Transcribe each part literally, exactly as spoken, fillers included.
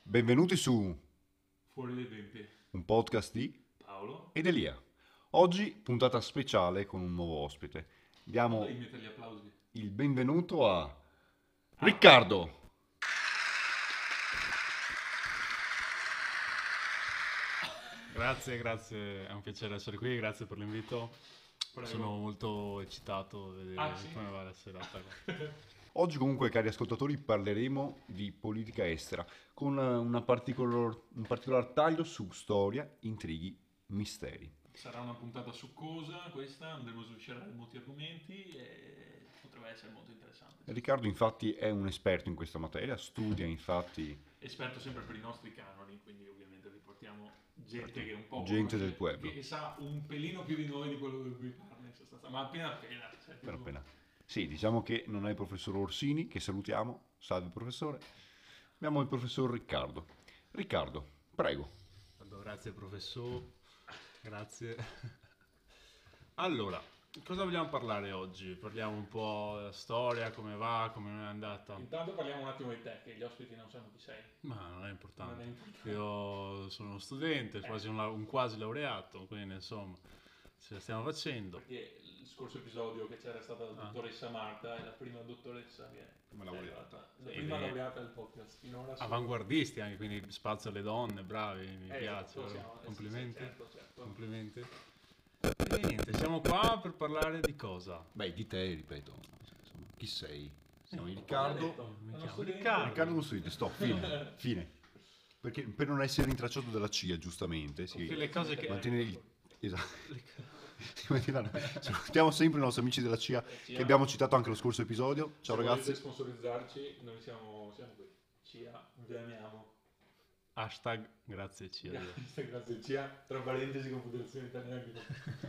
Benvenuti su Fuori dai denti. un podcast di Paolo. ed Elia. Oggi puntata speciale con un nuovo ospite. Non Diamo devi mettere gli applausi. il benvenuto a Riccardo. Grazie, grazie, è un piacere essere qui, grazie per l'invito. Prego. Sono molto eccitato a vedere Ah, sì? come va la serata. Oggi comunque, cari ascoltatori, parleremo di politica estera con eh, una particolar- un particolar taglio su storia, intrighi, misteri. Sarà una puntata succosa questa, andremo a sviscerare molti argomenti e potrebbe essere molto interessante. Riccardo infatti è un esperto in questa materia, studia infatti Esperto sempre per i nostri canoni, quindi ovviamente riportiamo gente che è un po' Gente del conosce- pueblo. che sa un pelino più di noi di quello di cui parla in sostanza, ma appena appena. Cioè, per tipo- appena. Sì, diciamo che non è il professor Orsini, che salutiamo, salve professore. Abbiamo il professor Riccardo. Riccardo, prego. Allora, grazie professore, grazie. Allora, cosa vogliamo parlare oggi? Parliamo un po' della storia, come va, come è andata. Intanto parliamo un attimo di te, che gli ospiti non sanno chi sei. Ma non è Non importante. è importante. Io sono uno studente, quasi un, la- un quasi laureato, quindi insomma, ce la stiamo facendo. Perché il scorso episodio che c'era stata la Ah. dottoressa Marta è la prima dottoressa che Come è laureata. arrivata, la Ed prima è- laureata del podcast finora. su- Avanguardisti anche, quindi spazio alle donne, bravi, mi Eh, piace, possiamo- vero? eh, sì, Complimenti. certo, certo. Complimenti. E niente, siamo qua per parlare di cosa? Beh, di te, ripeto, insomma, chi sei? Siamo Eh, di ho Riccardo. detto, Mi uno chiamo studente. Riccardo. Riccardo lo studente, stop, fine, fine. Perché per non essere rintracciato dalla C I A, giustamente, si Tutte le cose che... mantiene il... Esatto. Si mantiene- Salutiamo sempre i nostri amici della C I A Eh, che abbiamo citato anche lo scorso episodio. Ciao Se ragazzi. volete sponsorizzarci, noi siamo, siamo qui. C I A, vi amiamo. Hashtag grazie C I A. Grazie C I A, tra parentesi Confederazione Italiana di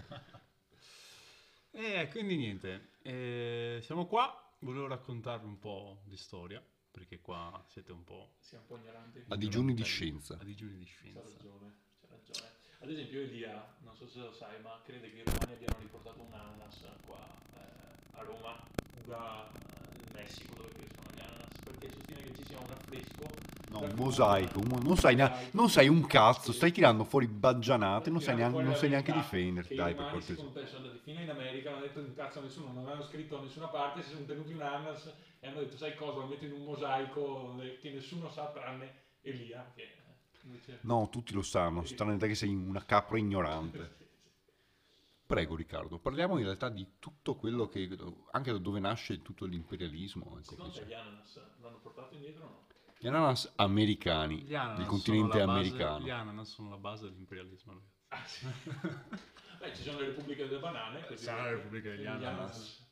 E quindi niente, eh, siamo qua, volevo raccontarvi un po' di storia, perché qua siete un po' Siamo un po' ignoranti. A digiuni di scienza. a digiuni di C'ha scienza. ragione, c'ha ragione. Ad esempio Elia, non so se lo sai, ma crede che i romani abbiano riportato un ananas qua eh, a Roma dal Messico dove crescono gli ananas, perché sostiene che ci sia un affresco. No, tra un cui- mosaico, un mo- non sai, nea- non sai un cazzo, stai tirando fuori baggianate, non sai Tirando neanche, fuori non la sai neanche verità, difenderti, che dai, i per romani cortesia. secondo te sono andati fino in America, non hanno detto un cazzo a nessuno, non avevano scritto da nessuna parte, si sono tenuti un ananas e hanno detto sai cosa, lo metto in un mosaico che nessuno sa tranne Elia, che invece... No, tutti lo sanno, tranne te che sei una capra ignorante. Prego Riccardo, parliamo in realtà di tutto quello che, anche da dove nasce tutto l'imperialismo. Ecco, Secondo te così. gli ananas l'hanno portato indietro o no? Gli ananas americani, Gli ananas del sono continente la base- americano. Gli ananas sono la base dell'imperialismo. ragazzi. Ah sì. Beh, ci sono le repubbliche delle banane. così Sarà la vedete. Repubblica degli Gli Ananas.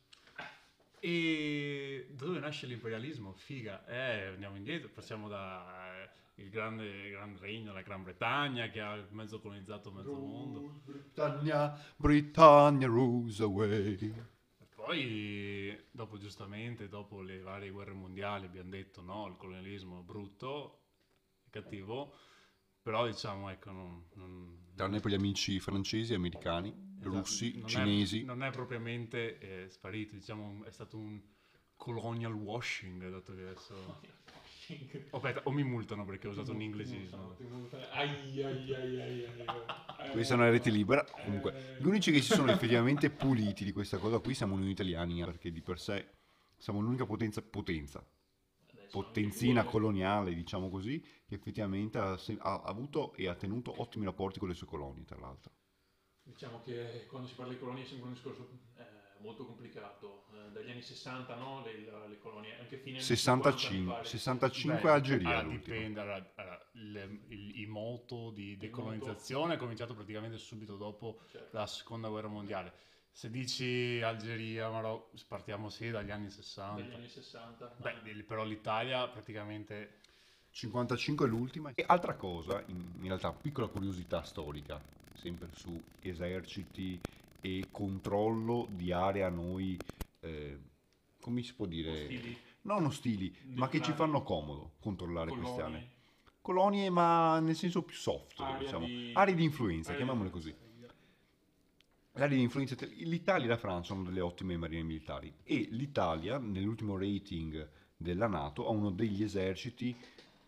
E dove nasce l'imperialismo? Figa, eh, andiamo indietro, passiamo da eh, il grande, il Gran Regno, la Gran Bretagna che ha mezzo colonizzato mezzo mondo. Britannia, Britannia rules away. E poi, dopo giustamente, dopo le varie guerre mondiali abbiamo detto no, il colonialismo è brutto, è cattivo, però diciamo ecco, non, non- Tranne per gli amici francesi, americani, esatto, russi, non è- cinesi. non è propriamente eh, sparito, diciamo è stato un colonial washing, dato che adesso... Oh, aspetta, o mi multano perché ho usato un inglesismo. Ai ai ai ai ai. Questa è una rete libera. Comunque, gli unici che si sono effettivamente puliti di questa cosa qui siamo noi italiani, eh, perché di per sé siamo l'unica potenza, potenza, potenzina coloniale, diciamo così, che effettivamente ha, se- ha avuto e ha tenuto ottimi rapporti con le sue colonie, tra l'altro. Diciamo che quando si parla di colonie è sempre un discorso eh, molto complicato. Eh, dagli anni sessanta, no? Le, le colonie, anche fine anni cinquanta, mi sessantacinque, pare. sessantacinque Beh, Algeria allora, l'ultimo. dipende, allora, allora, il, il- il moto di moto- decolonizzazione è cominciato praticamente subito dopo Certo. la seconda guerra mondiale. Se dici Algeria, Marocco, partiamo sì dagli anni sessanta. Dagli anni sessanta. Beh, il- però l'Italia praticamente... cinquantacinque è l'ultima. E altra cosa, in, in realtà, piccola curiosità storica, sempre su eserciti e controllo di aree a noi, eh, come si può dire? Ostili. Non ostili, ma che ci Neutrali. fanno comodo controllare Colonie. queste aree. Colonie, ma nel senso più soft, Area diciamo. di- Aree di influenza, Area di chiamiamole così. L'area di influenza, l'Italia e la Francia hanno delle ottime marine militari e l'Italia, nell'ultimo rating della NATO, ha uno degli eserciti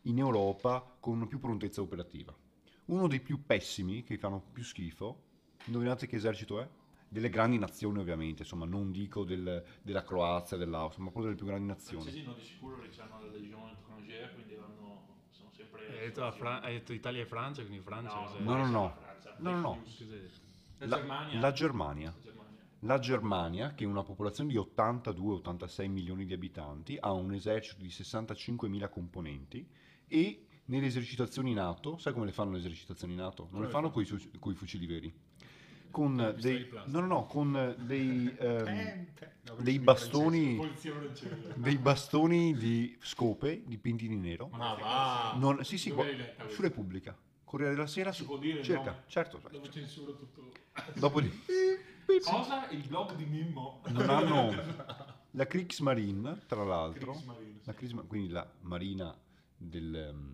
in Europa con più prontezza operativa. Uno dei più pessimi, che fanno più schifo, indovinate che esercito è? Delle grandi nazioni ovviamente, insomma non dico del- della Croazia, dell'Austria, ma proprio delle più grandi I nazioni. francesi no, di sicuro hanno la Legion étrangère, quindi vanno, sono sempre... Hai detto, la Fra- hai detto Italia e Francia, quindi Francia No, cos'è? No, no, no, no. la Francia. No, no, no. Fake news. Cos'hai detto? La, La, Germania. la Germania. La Germania. La Germania, che ha una popolazione di ottantadue ottantasei milioni di abitanti, ha un esercito di sessantacinquemila componenti e nelle esercitazioni NATO, sai come le fanno le esercitazioni NATO? Non Come le le fanno fanno? con i fucili veri. Con Con i pistoli dei, di plastica. no, no, no, con dei, ehm, Tente. No, quelli dei sono i bastoni, Polizia francese. dei bastoni di scope dipinti di nero. Ma va! Non, sì, sì, Dove qua- l'hai letta su questa? Repubblica. Corriere della Sera, Si su, può dire il cerca, nome? certo. Dove censura tutto. Dopo di... Cosa? Il blog di Mimmo. Non hanno la Kriegsmarine, tra l'altro, Kriegsmarine, sì. la Kriegsma- quindi la marina del, ehm,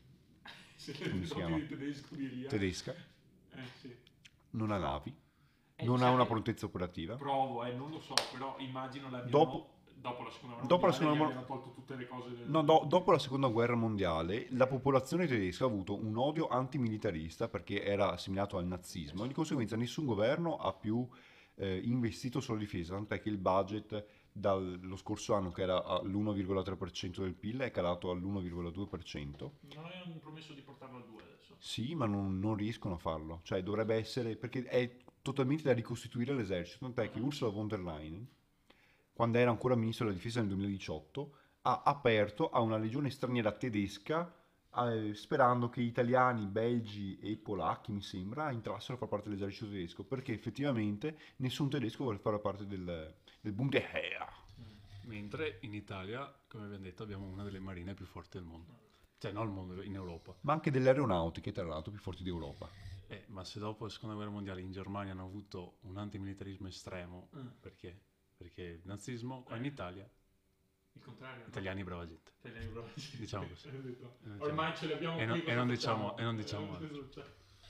Se come le si nomi chiama? di tedesco di Elia. tedesca, Eh sì. non ha navi, Eh, non ha sai una che- prontezza operativa. Provo, eh, non lo so, però immagino l'abbiano... Dopo- dopo la seconda guerra dopo la mondiale seconda gli mo- abbiano tolto tutte le cose del... No, do- dopo la seconda guerra mondiale la popolazione tedesca ha avuto un odio antimilitarista perché era assimilato al nazismo e di conseguenza nessun governo ha più eh, investito sulla difesa, tant'è che il budget dallo scorso anno che era all'uno virgola tre per cento del P I L è calato all'uno virgola due per cento. Non avevano promesso di portarlo al due adesso. Sì, ma non, non riescono a farlo, cioè dovrebbe essere, perché è totalmente da ricostituire l'esercito, tant'è che Ursula von der Leyen, quando era ancora ministro della difesa nel duemiladiciotto, ha aperto a una legione straniera tedesca eh, sperando che italiani, belgi e polacchi, mi sembra, entrassero a far parte dell'esercito tedesco, perché effettivamente nessun tedesco vuole fare parte del, del Bundesheer. Mentre in Italia, come abbiamo detto, abbiamo una delle marine più forti del mondo. Cioè, non al mondo, in Europa. Ma anche delle aeronautiche, tra l'altro, più forti d'Europa. Eh, ma se dopo la seconda guerra mondiale in Germania hanno avuto un antimilitarismo estremo, Mm. perché? Perché il nazismo, qua in Italia, Il contrario. no? italiani brava gente. Italiani bravi, sì. Diciamo così. Ho detto, Eh, diciamo. Ormai ce li abbiamo E non- qui, e non cosa diciamo- facciamo? e non diciamo Eh, altro. cosa facciamo?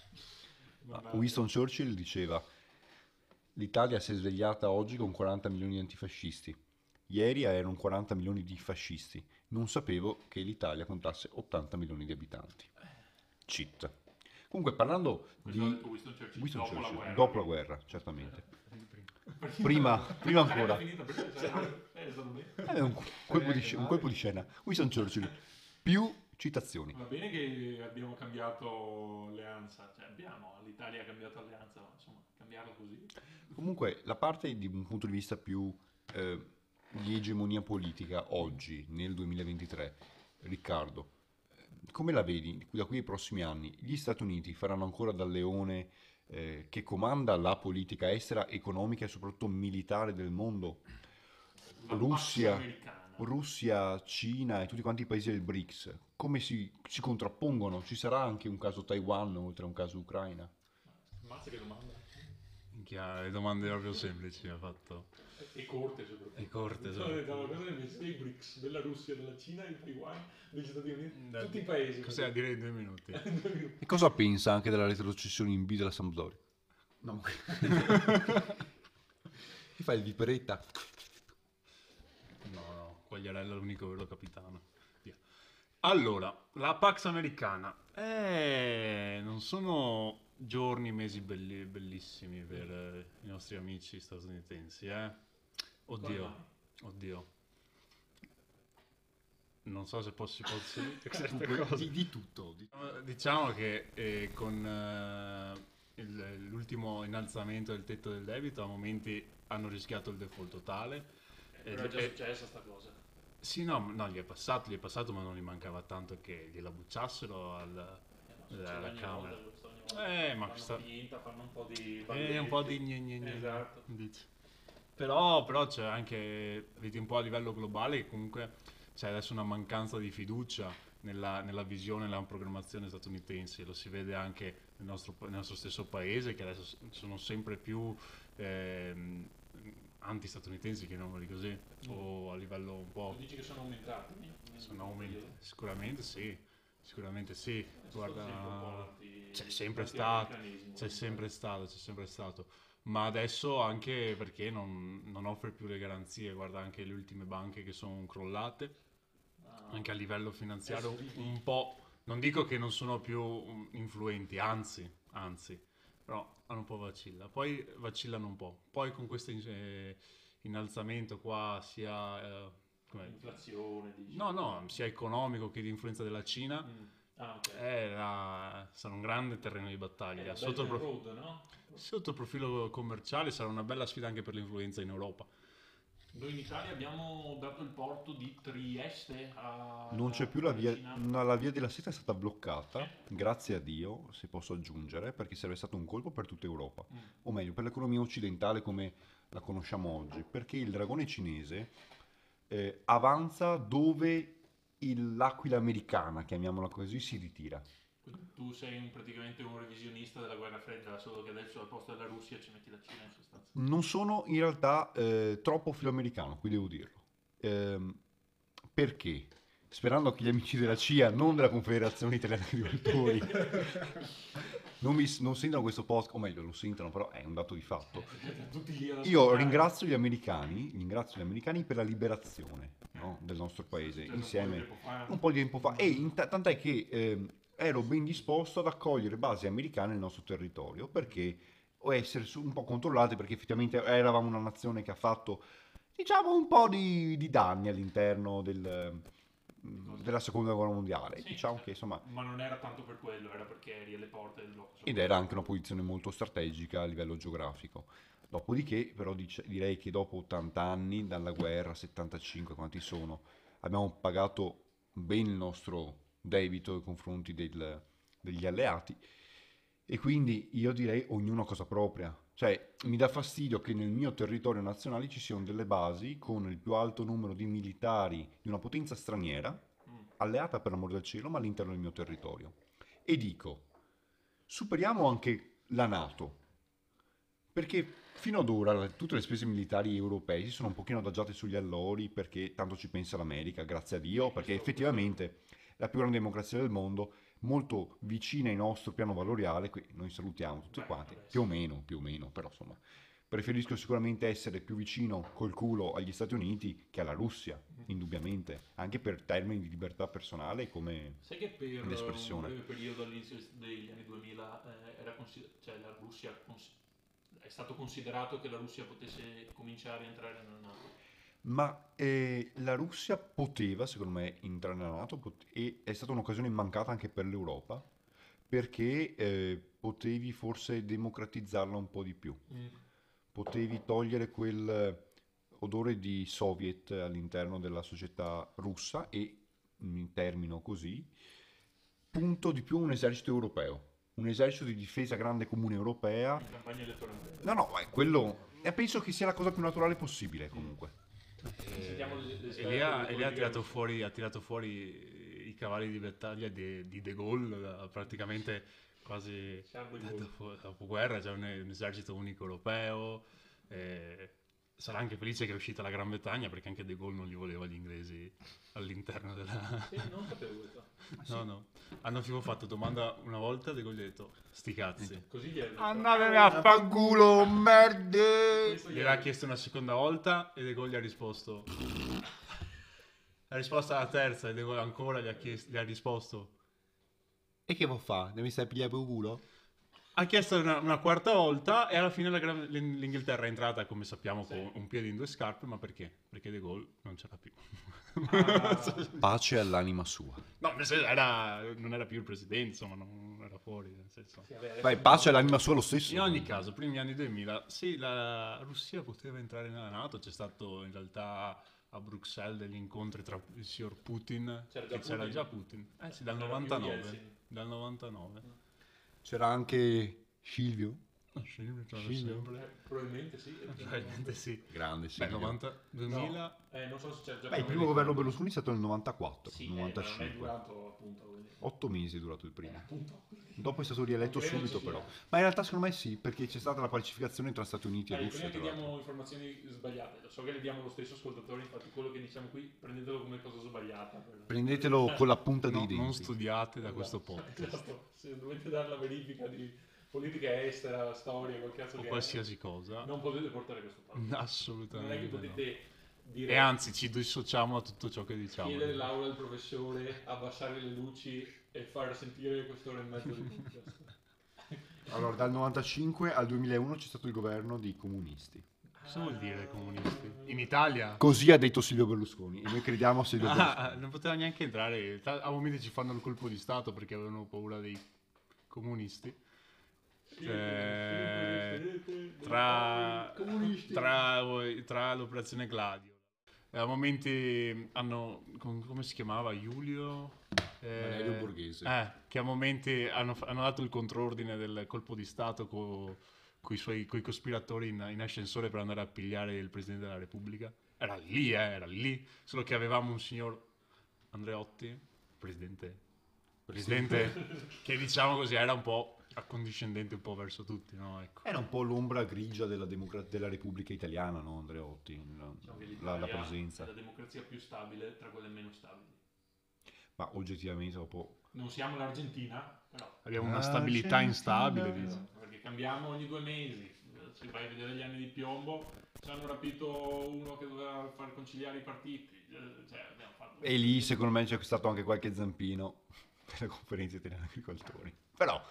Ma Vabbè. Winston Churchill diceva: l'Italia si è svegliata oggi con quaranta milioni di antifascisti. Ieri erano quaranta milioni di fascisti. Non sapevo che l'Italia contasse ottanta milioni di abitanti. Cheat. Comunque, parlando Questo ha di detto Winston Churchill Winston dopo la Churchill, guerra. dopo la guerra, certamente. Perché- Prima- prima ancora. Sarebbe finita perché- cioè, eh, è stato bene. È un colpo di, sc- un colpo di scena. Winston Churchill. Più citazioni. Va bene che abbiamo cambiato alleanza, cioè abbiamo, l'Italia ha cambiato alleanza, ma insomma, cambiarla così. Comunque, la parte di un punto di vista più eh, di egemonia politica oggi, nel duemilaventitré, Riccardo, eh, come la vedi da qui ai prossimi anni? Gli Stati Uniti faranno ancora da leone eh, che comanda la politica estera, economica e soprattutto militare del mondo? La Russia, pace americana. Russia, Cina e tutti quanti i paesi del BRICS, come si, si contrappongono? Ci sarà anche un caso Taiwan oltre a un caso Ucraina? Ammazza che domanda. Minchia, le domande proprio semplici ha fatto. E corte soprattutto. E corte, Cioè, soprattutto. no, cosa invece dei BRICS, della Russia, della Cina, di Taiwan, degli Stati Uniti, Dai, tutti i paesi. Cos'è a dire in due minuti? E cosa pensa anche della retrocessione in B della Sampdoria? No. Ti fai il viperetta? No, no, Quagliarella è l'unico vero capitano. Via. Allora, la Pax americana. Eh, non sono giorni, mesi belli- bellissimi per eh, i nostri amici statunitensi, eh. Oddio, oddio. Non so se posso, posso dire certe cose. Di, di tutto. di- Eh, Diciamo che eh, con eh, il- l'ultimo innalzamento del tetto del debito a momenti hanno rischiato il default totale. Però è già Eh, successa sta cosa. Sì, no, no, gli è passato, gli è passato, ma non gli mancava tanto che gliela bucciassero al, Eh, ma succede alla ogni Camera. volta questo, ogni volta. Eh, ma fanno questa- finta, fanno un po' di... Eh, un po' di gne gne gne. Esatto. Dici. Però, però c'è anche, vedi un po' a livello globale, che comunque c'è adesso una mancanza di fiducia nella, nella visione e nella programmazione statunitense. Lo si vede anche nel nostro, nel nostro stesso paese, che adesso s- sono sempre più ehm, anti-statunitensi, chiamiamoli così, o a livello un po'... Tu dici che sono aumentati? Sono aumenti, sicuramente sì, sicuramente sì. Guarda, c'è sempre stato, c'è sempre stato, c'è sempre stato. Ma adesso anche perché non, non offre più le garanzie, guarda anche le ultime banche che sono crollate, anche a livello finanziario S V P. un po', non dico che non sono più um, influenti, anzi, anzi, però hanno un po' vacilla, poi vacillano un po', poi con questo eh, innalzamento qua sia, eh, com'è? Inflazione, dici. No, no, sia economico che di influenza della Cina, Mm. Ah, ok. eh, la- sarà un grande terreno di battaglia. Eh, Sotto il, Belt and prof- Road, no? sotto il profilo commerciale sarà una bella sfida anche per l'influenza in Europa. Noi in Italia abbiamo dato il porto di Trieste a... Non c'è più la via, Cina. no, la via della seta è stata bloccata, grazie a Dio, se posso aggiungere, perché sarebbe stato un colpo per tutta Europa, Mm. o meglio, per l'economia occidentale come la conosciamo oggi, perché il dragone cinese eh, avanza dove il- l'aquila americana, chiamiamola così, si ritira. Quindi tu sei un- praticamente un revisionista della guerra fredda, solo che adesso al posto della Russia ci metti la Cina in sostanza. Non sono in realtà eh, troppo filoamericano, qui devo dirlo. Ehm, perché? Sperando che gli amici della C I A, non della Confederazione Italiana Agricoltori, non, mi, non sentano questo podcast, o meglio, lo sentono, però è un dato di fatto. Tutti lì ad Io ascoltare. ringrazio gli americani, ringrazio gli americani per la liberazione, no, del nostro paese, Cioè, insieme un po' di tempo fa. un po' di tempo fa. E in ta- tant'è che ehm, ero ben disposto ad accogliere basi americane nel nostro territorio, perché o essere su- un po' controllate, perché effettivamente eravamo una nazione che ha fatto, diciamo, un po' di, di danni all'interno del, mm, della seconda guerra mondiale. Sì, Diciamo certo. che insomma. Ma non era tanto per quello, era perché eri alle porte del blocco. Ed era anche una posizione molto strategica a livello geografico. Dopodiché, però, dice- direi che dopo ottanta anni dalla guerra, settantacinque quanti sono, abbiamo pagato ben il nostro debito nei confronti del- degli alleati, e quindi io direi ognuno a cosa propria. Cioè, mi dà fastidio che nel mio territorio nazionale ci siano delle basi con il più alto numero di militari di una potenza straniera, Mm. alleata per l'amor del cielo, ma all'interno del mio territorio. E dico, superiamo anche la NATO, perché fino ad ora la- tutte le spese militari europee si sono un pochino adagiate sugli allori, perché tanto ci pensa l'America, grazie a Dio, perché effettivamente è la più grande democrazia del mondo, molto vicina ai nostro piano valoriale, qui noi salutiamo tutti Beh, quanti, vabbè, sì. più o meno, più o meno, però insomma, preferisco sicuramente essere più vicino col culo agli Stati Uniti che alla Russia, indubbiamente, anche per termini di libertà personale come... Sai che per un l'espressione. breve periodo all'inizio degli anni duemila eh, era consider- cioè la Russia cons- è stato considerato che la Russia potesse cominciare a entrare nella NATO. Ma eh, la Russia poteva, secondo me, entrare nella NATO pot- e è stata un'occasione mancata anche per l'Europa, perché eh, potevi forse democratizzarla un po' di più, potevi togliere quel eh, odore di Soviet all'interno della società russa e, in termino così, punto di più un esercito europeo, un esercito di difesa grande comune europea. In campagna elettorale. No, no, è quello... E penso che sia la cosa più naturale possibile comunque. Sentiamo le- le E lì ha, esperte e lì ha di tirato politica fuori, ha tirato fuori i cavalli di battaglia di, di De Gaulle, da- praticamente quasi Charles de da- Gaulle. dopo, dopo guerra, c'è un, un esercito unico europeo. eh, sarà anche felice che è uscita la Gran Bretagna, perché anche De Gaulle non li voleva gli inglesi all'interno della... Sì, non sapevo questo. No, no. Hanno tipo fatto domanda una volta, De Gaulle ha detto, sti cazzi. Così gli è Andatemi a fanculo, merde! Questo gli Gliel'ha è- chiesto una seconda volta e De Gaulle gli ha risposto. La risposta alla terza e De Gaulle ancora gli ha, chiesto, gli ha risposto. E che può fare? Devi stai pigliare per un culo? Ha chiesto una, una quarta volta e alla fine la Gran- l'Ing- l'Inghilterra è entrata, come sappiamo, Sì. con un piede in due scarpe. Ma perché? Perché De Gaulle non c'era più. Ah, Pace all'anima sua. No, nel senso, era, non era più il presidente, insomma, non era fuori. Nel senso. sì, vabbè, adesso- Vai, pace all'anima sua lo stesso. In ogni caso, primi anni duemila, sì, la Russia poteva entrare nella NATO, c'è stato in realtà a Bruxelles degli incontri tra il signor Putin, C'era che già c'era Putin? già Putin, eh sì, dal C'era più novantanove, Yeltsin. dal novantanove. C'era anche Silvio. Ah, sì, mi trovo Silvio? sempre. Eh, probabilmente sì. Probabilmente sì. Grande Beh, Silvio. novanta, duemila, Eh, non so se c'è già Beh, il primo governo Berlusconi è stato nel novantaquattro, Sì, eh, ma non è novantacinque. durato appunto. quindi- Otto mesi è durato il Eh, primo. appunto. Dopo è stato rieletto Non credo subito ci sia. però. Ma in realtà secondo me sì, perché c'è stata la pacificazione tra Stati Uniti e Dai, Russia. prima che tra l'altro. diamo informazioni sbagliate, lo so che le diamo lo stesso ascoltatore, infatti quello che diciamo qui prendetelo come cosa sbagliata. per- Prendetelo con la punta dei no, denti. non studiate da questo podcast, Esatto. Se dovete dare la verifica di politica estera, storia, quel cazzo o che è, qualsiasi cosa, non potete portare questo fatto. Non è che assolutamente no. potete dire, E anzi ci dissociamo da tutto ciò che diciamo. chiedere l'aula al professore, abbassare le luci e far sentire quest'ora e mezzo di podcast. Allora, dal novantacinque al duemilauno c'è stato il governo dei comunisti. Cosa vuol dire comunisti? In Italia? Così ha detto Silvio Berlusconi e noi crediamo a Silvio Berlusconi. Ah, non poteva neanche entrare. A momenti ci fanno il colpo di stato perché avevano paura dei comunisti. Eh, tra, tra, tra l'operazione Gladio. E a momenti hanno, com- come si chiamava? Giulio? Eh, Valerio Borghese. eh, che a momenti hanno, hanno dato il controordine del colpo di stato con i suoi coi cospiratori in, in ascensore per andare a pigliare il Presidente della Repubblica. Era lì, eh, era lì. Solo che avevamo un signor Andreotti, Presidente, Presidente che diciamo così era un po' accondiscendente un po' verso tutti, no? Ecco. Era un po' l'ombra grigia della, democra- della Repubblica Italiana, no, Andreotti? La, Diciamo che la, la l'Italia presenza. è la democrazia più stabile tra quelle meno stabili. Ma oggettivamente dopo... Non siamo l'Argentina, però. Abbiamo una Ah, stabilità c'è- instabile, dici. Perché cambiamo ogni due mesi. Se vai a vedere gli anni di piombo, ci hanno rapito uno che doveva far conciliare i partiti. Eh, Cioè, abbiamo fatto... E lì secondo me c'è stato anche qualche zampino per la conferenza italiana agricoltori. Però...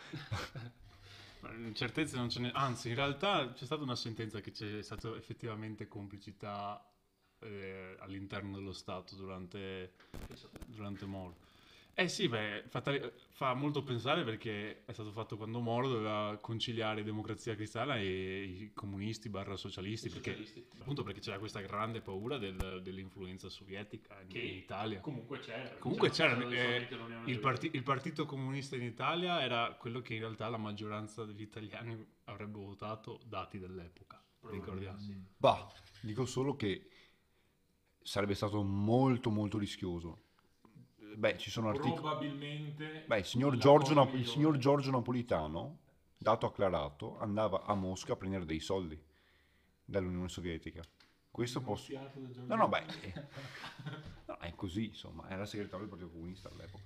Certezze non ce n'è, anzi in realtà c'è stata una sentenza che c'è stata effettivamente complicità eh, all'interno dello Stato durante, durante Moro. Eh sì, beh, fa, tale- fa molto pensare perché è stato fatto quando Moro doveva conciliare democrazia cristiana e i comunisti barra socialisti, I perché, socialisti. appunto perché c'era questa grande paura del- dell'influenza sovietica in, Che in Italia. Comunque c'era. Comunque Diciamo, c'era, dei eh, soldi dell'Unione Il, Europea. parti- il partito comunista in Italia era quello che in realtà la maggioranza degli italiani avrebbe votato, dati dell'epoca, ricordiamo. Sì. Bah, dico solo che sarebbe stato molto molto rischioso. Beh, ci sono articoli... Probabilmente. Beh, il signor, la Giorgio, cosa Nap- il migliore. signor Giorgio Napolitano, dato acclarato, andava a Mosca a prendere dei soldi dall'Unione Sovietica. Questo posso... Denunziato da Giorgio No, no, beh, Napolitano. eh, no, è così, insomma, era segretario del Partito Comunista all'epoca.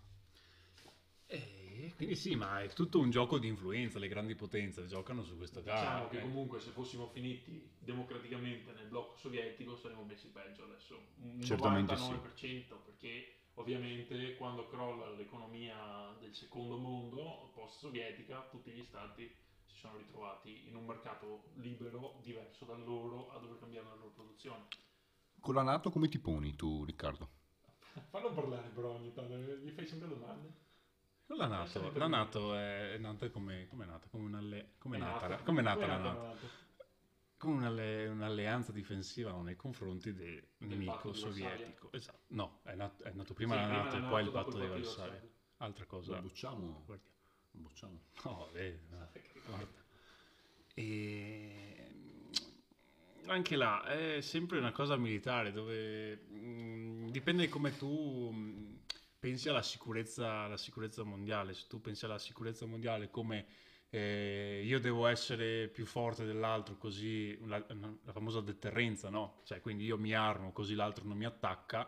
Eh, quindi sì, ma è tutto un gioco di influenza, le grandi potenze giocano su questa Diciamo gara. che eh. comunque se fossimo finiti democraticamente nel blocco sovietico saremmo messi peggio adesso. Un Certamente novantanove per cento perché ovviamente quando crolla l'economia del secondo mondo post-sovietica tutti gli stati si sono ritrovati in un mercato libero diverso da loro a dover cambiare la loro produzione. Con la NATO come ti poni tu, Riccardo? Fallo parlare però ogni tanto, gli fai sempre domande. La NATO, la NATO è, è nata come, come è nata? Come, un'alle- come è nata, come è nata la NATO? Come un'alle- un'alleanza difensiva nei confronti del nemico patto di sovietico. Esatto. No, è, nat- è nato prima Sì, la prima NATO la e poi il NATO, patto dopo di il patto di Varsavia. Varsavia. Altra cosa. Lo bocciamo? Guardiamo. Lo bocciamo. No, vedi, no, guarda. E anche là è sempre una cosa militare dove mh, dipende come tu mh, pensi alla sicurezza, alla sicurezza mondiale. Se tu pensi alla sicurezza mondiale come eh, io devo essere più forte dell'altro, così la, la famosa deterrenza, no? Cioè, quindi io mi armo così l'altro non mi attacca,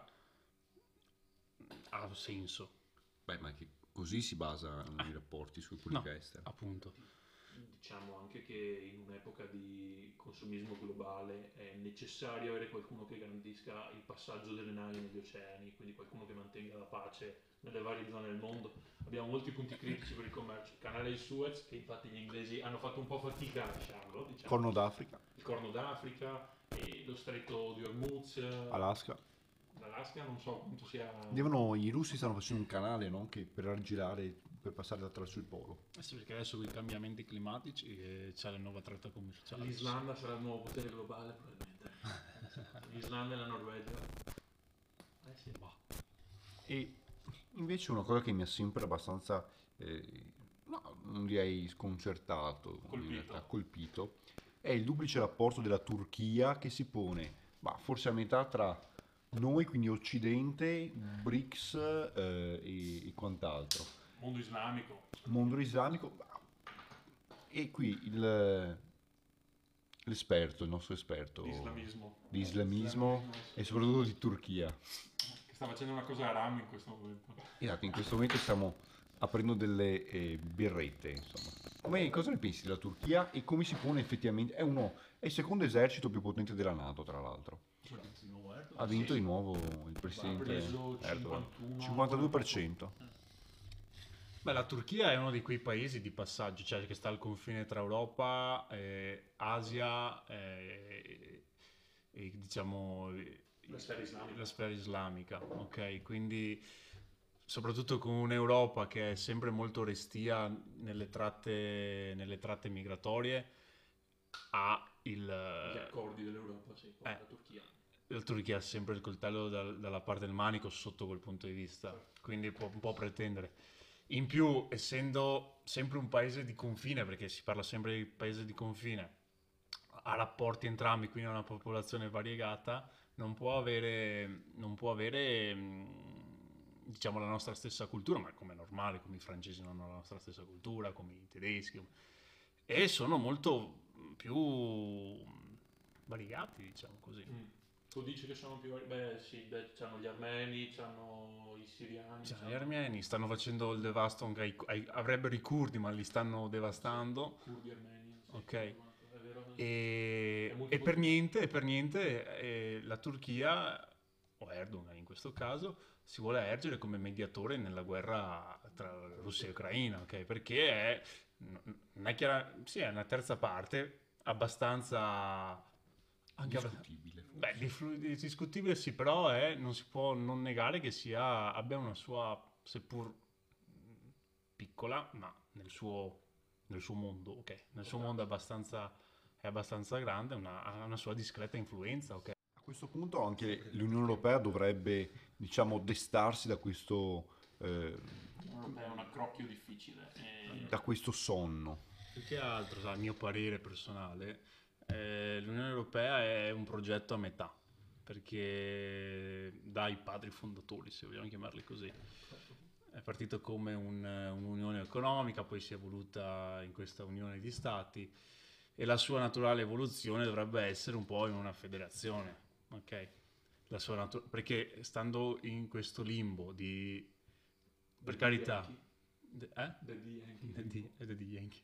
ha senso. Beh, ma che così si basano i rapporti su politica No. estera. Appunto. Diciamo anche che in un'epoca di consumismo globale è necessario avere qualcuno che garantisca il passaggio delle navi negli oceani, quindi qualcuno che mantenga la pace nelle varie zone del mondo. Abbiamo molti punti critici per il commercio. Il canale di Suez, che infatti gli inglesi hanno fatto un po' fatica a lasciarlo, diciamo. Corno d'Africa, Il Corno d'Africa, e lo stretto di Hormuz, Alaska. l'Alaska non so quanto sia... Devono, i russi stanno facendo un canale, no? Che per aggirare, per passare attraverso il polo. Eh sì, perché adesso con i cambiamenti climatici eh, c'è la nuova tratta commerciale. L'Islanda sarà il nuovo potere globale probabilmente. L'Islanda e la Norvegia. Eh sì. Bah. E invece una cosa che mi ha sempre abbastanza, eh, no, non direi sconcertato, in Colpito. realtà, colpito, è il duplice rapporto della Turchia che si pone, ma forse a metà tra noi, quindi Occidente, BRICS eh, e, e quant'altro. Mondo islamico. Mondo islamico, e qui il, l'esperto, il nostro esperto Di islamismo. di islamismo e soprattutto di Turchia. Che sta facendo una cosa haram in questo momento. Esatto, in questo momento stiamo aprendo delle eh, birrette, insomma. Come, cosa ne pensi della Turchia e come si pone effettivamente? È, uno, è il secondo esercito più potente della NATO, tra l'altro. Ha vinto di nuovo il Ha presidente preso Erdogan. cinquantuno, cinquantadue per cento. Beh, la Turchia è uno di quei paesi di passaggio, cioè che sta al confine tra Europa, eh, Asia e, e, diciamo La sfera islamica. la sfera islamica, ok? Quindi soprattutto con un'Europa che è sempre molto restia nelle tratte, nelle tratte migratorie, ha il... Gli accordi dell'Europa, sì, con eh, la Turchia. la Turchia ha sempre il coltello dal- dalla parte del manico sotto quel punto di vista, quindi può un po' pretendere. In più, essendo sempre un paese di confine, perché si parla sempre di paese di confine, ha rapporti entrambi, quindi ha una popolazione variegata, non può avere, non può avere mh, diciamo, la nostra stessa cultura, ma come è normale, come i francesi non hanno la nostra stessa cultura, come i tedeschi, e sono molto più variegati, diciamo così. Mm. Tu dici che sono più... Beh sì, beh, c'hanno gli armeni, c'hanno i siriani. Cioè, c'hanno gli armeni stanno facendo il devasto anche ai, ai- avrebbero i curdi, ma li stanno devastando. curdi armeni. Sì, Ok. è vero. E, È molto e per molto- niente, e per niente eh, la Turchia, o Erdogan in questo caso, si vuole ergere come mediatore nella guerra tra Russia e Ucraina, ok? Perché è, non è chiara, sì, è una terza parte abbastanza anche abba- Discutibile. beh, diflu- discutibile sì, però è, non si può non negare che sia, abbia una sua, seppur piccola, ma nel suo, nel suo mondo, ok? Nel suo mondo è abbastanza, è abbastanza grande, una- ha una sua discreta influenza, ok? A questo punto anche l'Unione Europea dovrebbe, diciamo, destarsi da questo, eh, È un accrocchio difficile. e- da questo sonno. Più che altro, sa, a mio parere personale, eh, l'Unione Europea è un progetto a metà, perché dai padri fondatori, se vogliamo chiamarli così, è partito come un- un'unione economica, poi si è evoluta in questa unione di stati e la sua naturale evoluzione dovrebbe essere un po' in una federazione, ok? La sua natu- perché stando in questo limbo di, per Daddy carità, Yankee. de- eh? Daddy Yankee. Daddy- è Daddy Yankee.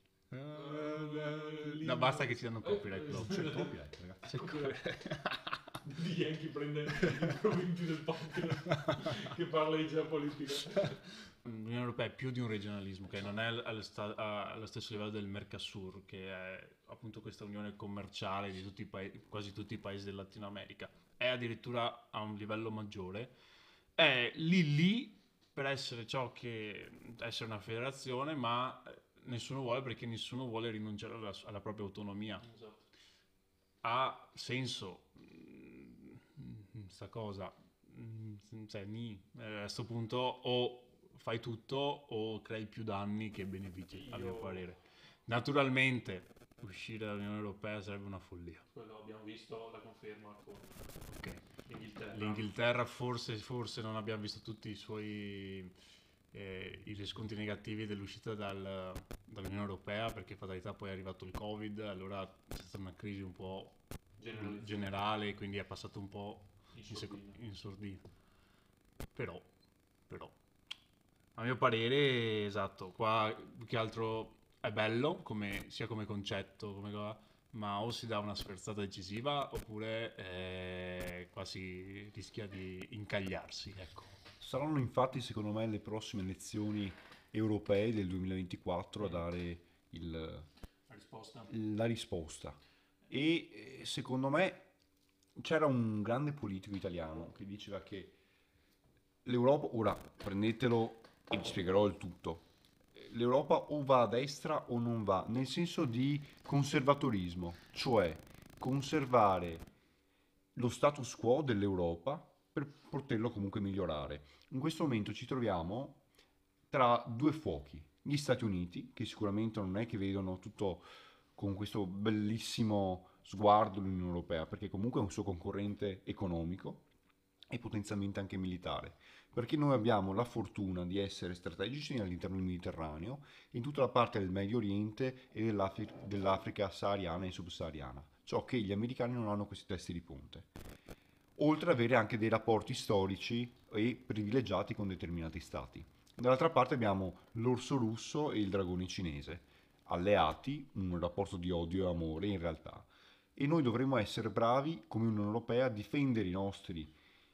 Eh, No, basta che ci danno copyright. Eh, no. c'è il copyright, ragazzi. C'è copyright. Daddy Yankee prende i proventi del podcast che parla di geopolitica. L'Unione Europea è più di un regionalismo, che non è allo, sta- a- allo stesso livello del Mercosur, che è appunto questa unione commerciale di tutti i paesi, quasi tutti i paesi del Latino America. È addirittura a un livello maggiore. È lì lì per essere ciò che essere una federazione, ma eh, nessuno vuole perché nessuno vuole rinunciare alla, alla propria autonomia. Esatto. Ha senso mm, sta cosa, Mm, cioè ni. Eh, a questo punto o fai tutto o crei più danni che benefici, a mio Io- parere. Naturalmente uscire dall'Unione Europea sarebbe una follia. Quello abbiamo visto la conferma con Ok. l'Inghilterra. L'Inghilterra forse, forse non abbiamo visto tutti i suoi eh, i riscontri negativi dell'uscita dal- dall'Unione Europea, perché fatalità poi è arrivato il Covid, allora c'è stata una crisi un po' Generalizzata. generale, quindi è passato un po' In in, seco- sordina. in sordina. Però, però, a mio parere, esatto, qua più che altro è bello come- sia come concetto, come cosa, ma o si dà una sferzata decisiva oppure eh, qua si rischia di incagliarsi, ecco. Saranno infatti, secondo me, le prossime elezioni europee del duemilaventiquattro a dare il, La risposta. la risposta. E eh, secondo me c'era un grande politico italiano che diceva che l'Europa, ora prendetelo e vi spiegherò il tutto, l'Europa o va a destra o non va, nel senso di conservatorismo, cioè conservare lo status quo dell'Europa per poterlo comunque migliorare. In questo momento ci troviamo tra due fuochi, gli Stati Uniti, che sicuramente non è che vedono tutto con questo bellissimo sguardo l'Unione Europea, perché comunque è un suo concorrente economico e potenzialmente anche militare, perché noi abbiamo la fortuna di essere strategici all'interno del Mediterraneo, in tutta la parte del Medio Oriente e dell'Afri- dell'Africa sahariana e subsahariana, ciò che gli americani non hanno questi testi di ponte, oltre ad avere anche dei rapporti storici e privilegiati con determinati stati. Dall'altra parte abbiamo l'orso russo e il dragone cinese, alleati, un rapporto di odio e amore in realtà, e noi dovremmo essere bravi come Unione Europea a difendere i nostri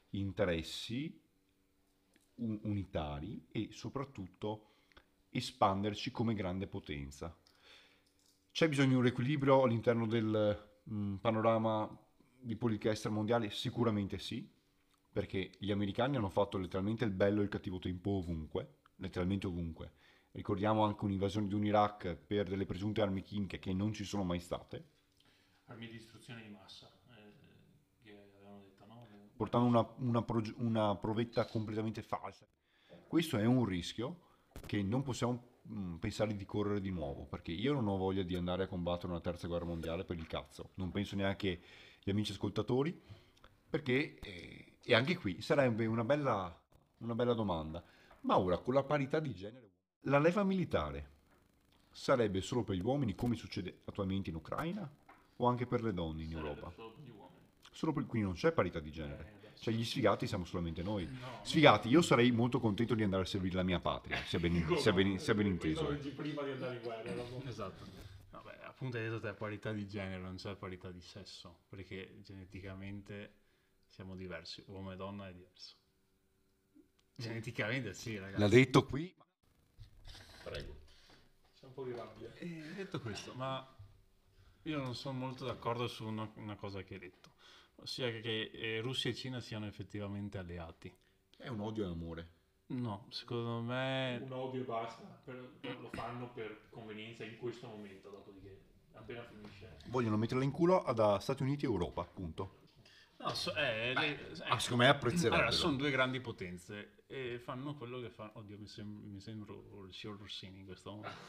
interessi un- unitari e soprattutto espanderci come grande potenza. C'è bisogno di un riequilibrio all'interno del mm, panorama di politica estera mondiale? Sicuramente sì, perché gli americani hanno fatto letteralmente il bello e il cattivo tempo ovunque, letteralmente ovunque. Ricordiamo anche un'invasione di un Iraq per delle presunte armi chimiche che non ci sono mai state, Armi di distruzione di massa, eh, che avevano detto, no? portando una, una proge- una provetta completamente falsa. Questo è un rischio che non possiamo mm, pensare di correre di nuovo, perché io non ho voglia di andare a combattere una terza guerra mondiale per il cazzo, non penso neanche gli amici ascoltatori, perché, eh, e anche qui sarebbe una bella, una bella domanda, ma ora con la parità di genere, la leva militare sarebbe solo per gli uomini come succede attualmente in Ucraina o anche per le donne in Sarebbe Europa? solo per gli uomini. Solo per, quindi non c'è parità di genere. Eh, adesso. Cioè gli sfigati siamo solamente noi. No, Sfigati, io sarei molto contento di andare a servire la mia patria, sia ben, no, sia ben- no, sia ben questo inteso. lo eh. dici prima di andare in guerra, dopo. Esatto. Vabbè, appunto hai detto te parità di genere, non c'è parità di sesso, perché geneticamente siamo diversi, uomo e donna è diverso. Geneticamente sì, ragazzi. L'ha detto qui. Prego. C'è un po' di rabbia. E detto questo, ma io non sono molto d'accordo su una, una cosa che hai detto, ossia che, che, eh, Russia e Cina siano effettivamente alleati. È un odio e amore. No, secondo me Un odio e basta, per- per- lo fanno per convenienza in questo momento, dopodiché appena finisce. Vogliono metterla in culo da Stati Uniti e Europa, punto. no, so- eh, le- eh, Ah, secondo me apprezzerebbero. allora, sono due grandi potenze e fanno quello che fanno. Oddio, mi, sem- mi sembro il signor Rossini in questo momento.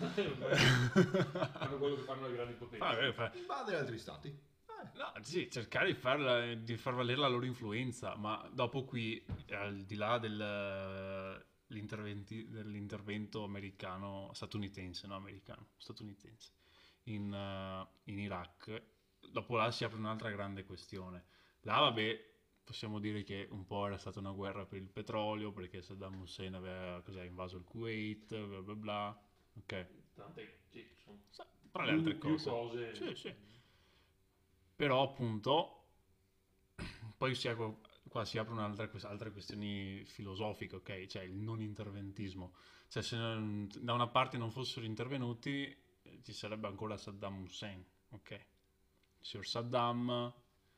Fanno quello che fanno le grandi potenze. Ah, eh, fa- Invadere altri stati. No, sì, cercare di, farla- di far valere la loro influenza, ma dopo qui, al di là del, l'interventi- dell'intervento americano, statunitense, no americano, statunitense, in, eh, in Iraq, dopo là si apre un'altra grande questione. Là, vabbè, possiamo dire che un po' era stata una guerra per il petrolio, perché Saddam Hussein aveva cos'è, invaso il Kuwait, bla bla bla, ok. Tante, sì, sono Sa- Tra le altre più, più cose. cose. Sì, sì. Però appunto, poi si apre- qua si aprono altre, ques- altre questioni filosofiche, ok? Cioè il non interventismo. Cioè se non- da una parte non fossero intervenuti, eh, ci sarebbe ancora Saddam Hussein, ok? Il signor Saddam,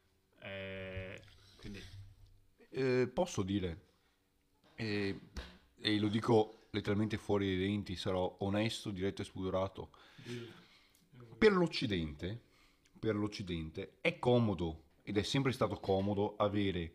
eh, quindi Eh, posso dire, e, e lo dico letteralmente fuori dai denti, sarò onesto, diretto e spudorato. Per l'Occidente, per l'Occidente è comodo ed è sempre stato comodo avere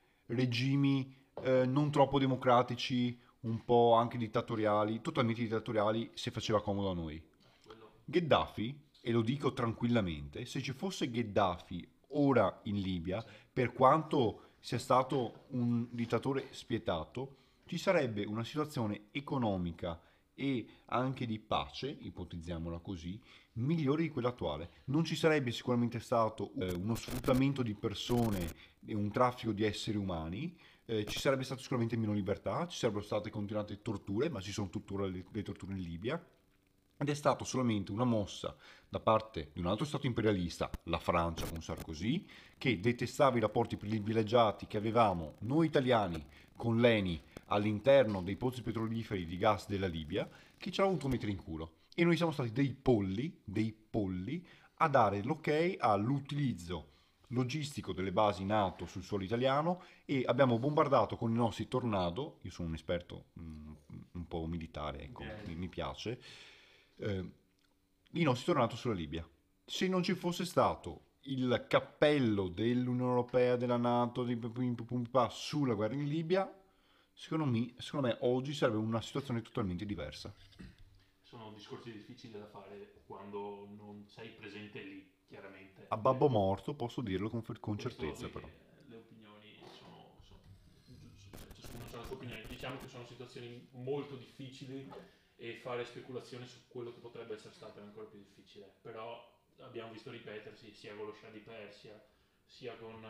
regimi eh, non troppo democratici, un po' anche dittatoriali, totalmente dittatoriali, se faceva comodo a noi. Gheddafi, e lo dico tranquillamente, se ci fosse Gheddafi ora in Libia, per quanto sia stato un dittatore spietato, ci sarebbe una situazione economica e anche di pace, ipotizziamola così, migliore di quella attuale. Non ci sarebbe sicuramente stato eh, uno sfruttamento di persone e un traffico di esseri umani, eh, ci sarebbe stata sicuramente meno libertà, ci sarebbero state continuate torture, ma ci sono tuttora le, le torture in Libia. Ed è stata solamente una mossa da parte di un altro stato imperialista, la Francia con Sarkozy, che detestava i rapporti privilegiati che avevamo noi italiani con l'E N I all'interno dei pozzi petroliferi di gas della Libia, che ci ha voluto mettere in culo. E noi siamo stati dei polli, dei polli, a dare l'ok all'utilizzo logistico delle basi NATO sul suolo italiano e abbiamo bombardato con i nostri Tornado, io sono un esperto mm, un po' militare, ecco, Ok. mi, mi piace, eh, i nostri Tornado sulla Libia. Se non ci fosse stato il cappello dell'Unione Europea, della NATO, di pum pum pa, sulla guerra in Libia, secondo me, secondo me oggi sarebbe una situazione totalmente diversa. Sono discorsi difficili da fare quando non sei presente lì, chiaramente. A babbo morto posso dirlo con, fer- con Questo certezza, perché però. le opinioni sono, sono cioè, ciascuno ha la sua opinione. Diciamo che sono situazioni molto difficili e fare speculazioni su quello che potrebbe essere stato è ancora più difficile. Però abbiamo visto ripetersi sia con lo Shah di Persia, sia con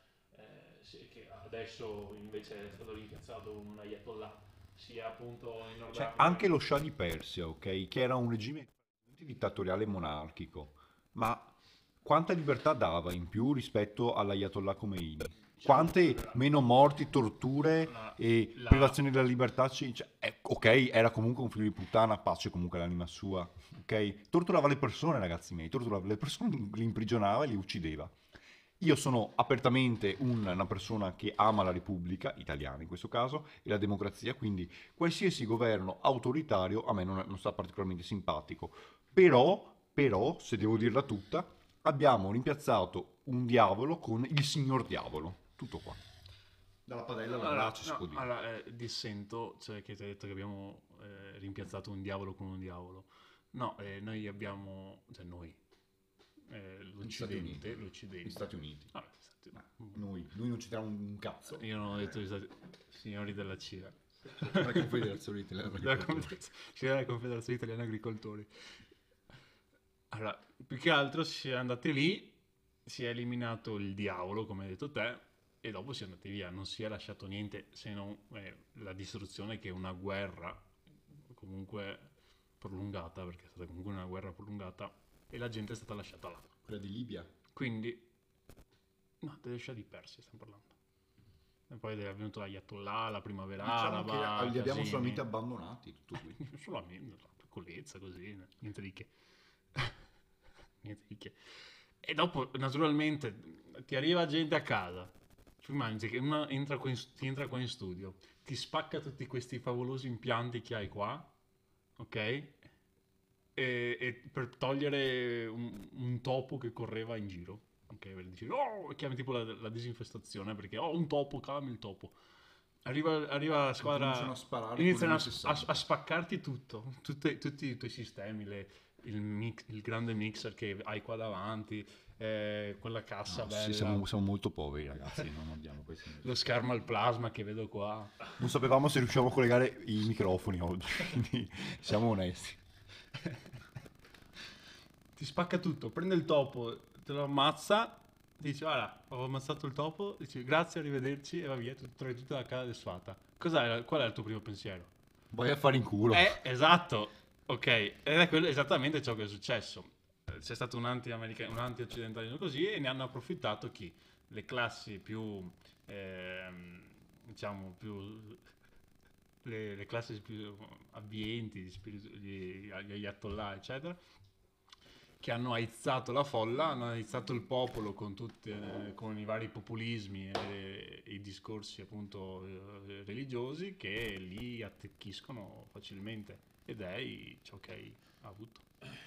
eh, sì, che adesso invece è stato rimpiazzato un Ayatollah, sia appunto in Nord Cioè, Africa. anche lo Shah di Persia, ok, che era un regime dittatoriale monarchico, ma quanta libertà dava in più rispetto all'Ayatollah Khomeini? quante meno morti, torture La- e la- privazioni della libertà ci- cioè, eh, ok, era comunque un figlio di puttana, pace comunque all'anima sua, ok? Torturava le persone, ragazzi miei, torturava le persone, li imprigionava e li uccideva. Io sono apertamente un- una persona che ama la Repubblica, italiana in questo caso, e la democrazia, quindi qualsiasi governo autoritario a me non, non sta particolarmente simpatico. Però, però, se devo dirla tutta, abbiamo rimpiazzato un diavolo con il signor diavolo. Tutto qua. Dalla padella alla Allora, braccia si no, può dire. allora, eh, dissento, cioè che ti ha detto che abbiamo eh, rimpiazzato un diavolo con un diavolo. No, eh, noi abbiamo, cioè noi, eh, Gli Stati Uniti. l'Occidente, l'Occidente. Gli Stati Uniti. Vabbè, gli Stati- Noi, noi non ci diamo un cazzo. Io non ho detto gli Stati- signori della C I A. La Confederazione Italiana Della Agricoltori. Confederazione, C I A, la Confederazione Italiana Agricoltori. Allora, più che altro si è andati lì, si è eliminato il diavolo, come hai detto te, e dopo si è andati via. Non si è lasciato niente se non eh, la distruzione che una guerra, comunque prolungata, perché è stata comunque una guerra prolungata, e la gente è stata lasciata là. Quella di Libia. Quindi, no, delle sciadi persi stiamo parlando. E poi è venuto l'Ayatollah, la primavera Diciamo che araba, li abbiamo casini. solamente abbandonati, tutto qui. Solamente, la piccolezza così, niente di che. Niente di che. E dopo, naturalmente, ti arriva gente a casa. Tu immagini che una entra qua in, ti entra qua in studio, ti spacca tutti questi favolosi impianti che hai qua, ok? E, e per togliere un, un topo che correva in giro. Ok, per dire, oh, chiami tipo la, la disinfestazione perché ho oh, un topo, calmi il topo. Arriva, arriva la squadra, Cominciano a sparare iniziano a, con gli a- sessanta. a spaccarti tutto, tutte- tutti i tuoi sistemi, le- il, mix- il grande mixer che hai qua davanti, eh, quella cassa No, bella, sì, siamo, siamo molto poveri ragazzi, non abbiamo questi. lo schermo al plasma che vedo qua. Non sapevamo se riuscivamo a collegare i microfoni oggi, quindi siamo onesti. Ti spacca tutto, prende il topo, te lo ammazza, dici guarda, ho ammazzato il topo, dici grazie, arrivederci e va via, tu trovi tutta la casa desfata. Cos'è, qual è il tuo primo pensiero? Vai a fare in culo. Eh, esatto, ok, ed è quello esattamente ciò che è successo. Eh, C'è stato un anti-americano, un anti-occidentalino così e ne hanno approfittato chi? Le classi più, ehm, diciamo, più... Le, le classi più abbienti, gli, spiritu- gli, gli ayatollah, eccetera, che hanno aizzato la folla, hanno aizzato il popolo con, tutte, con i vari populismi e, e i discorsi appunto eh, religiosi che li attecchiscono facilmente ed è i- ciò che hai avuto.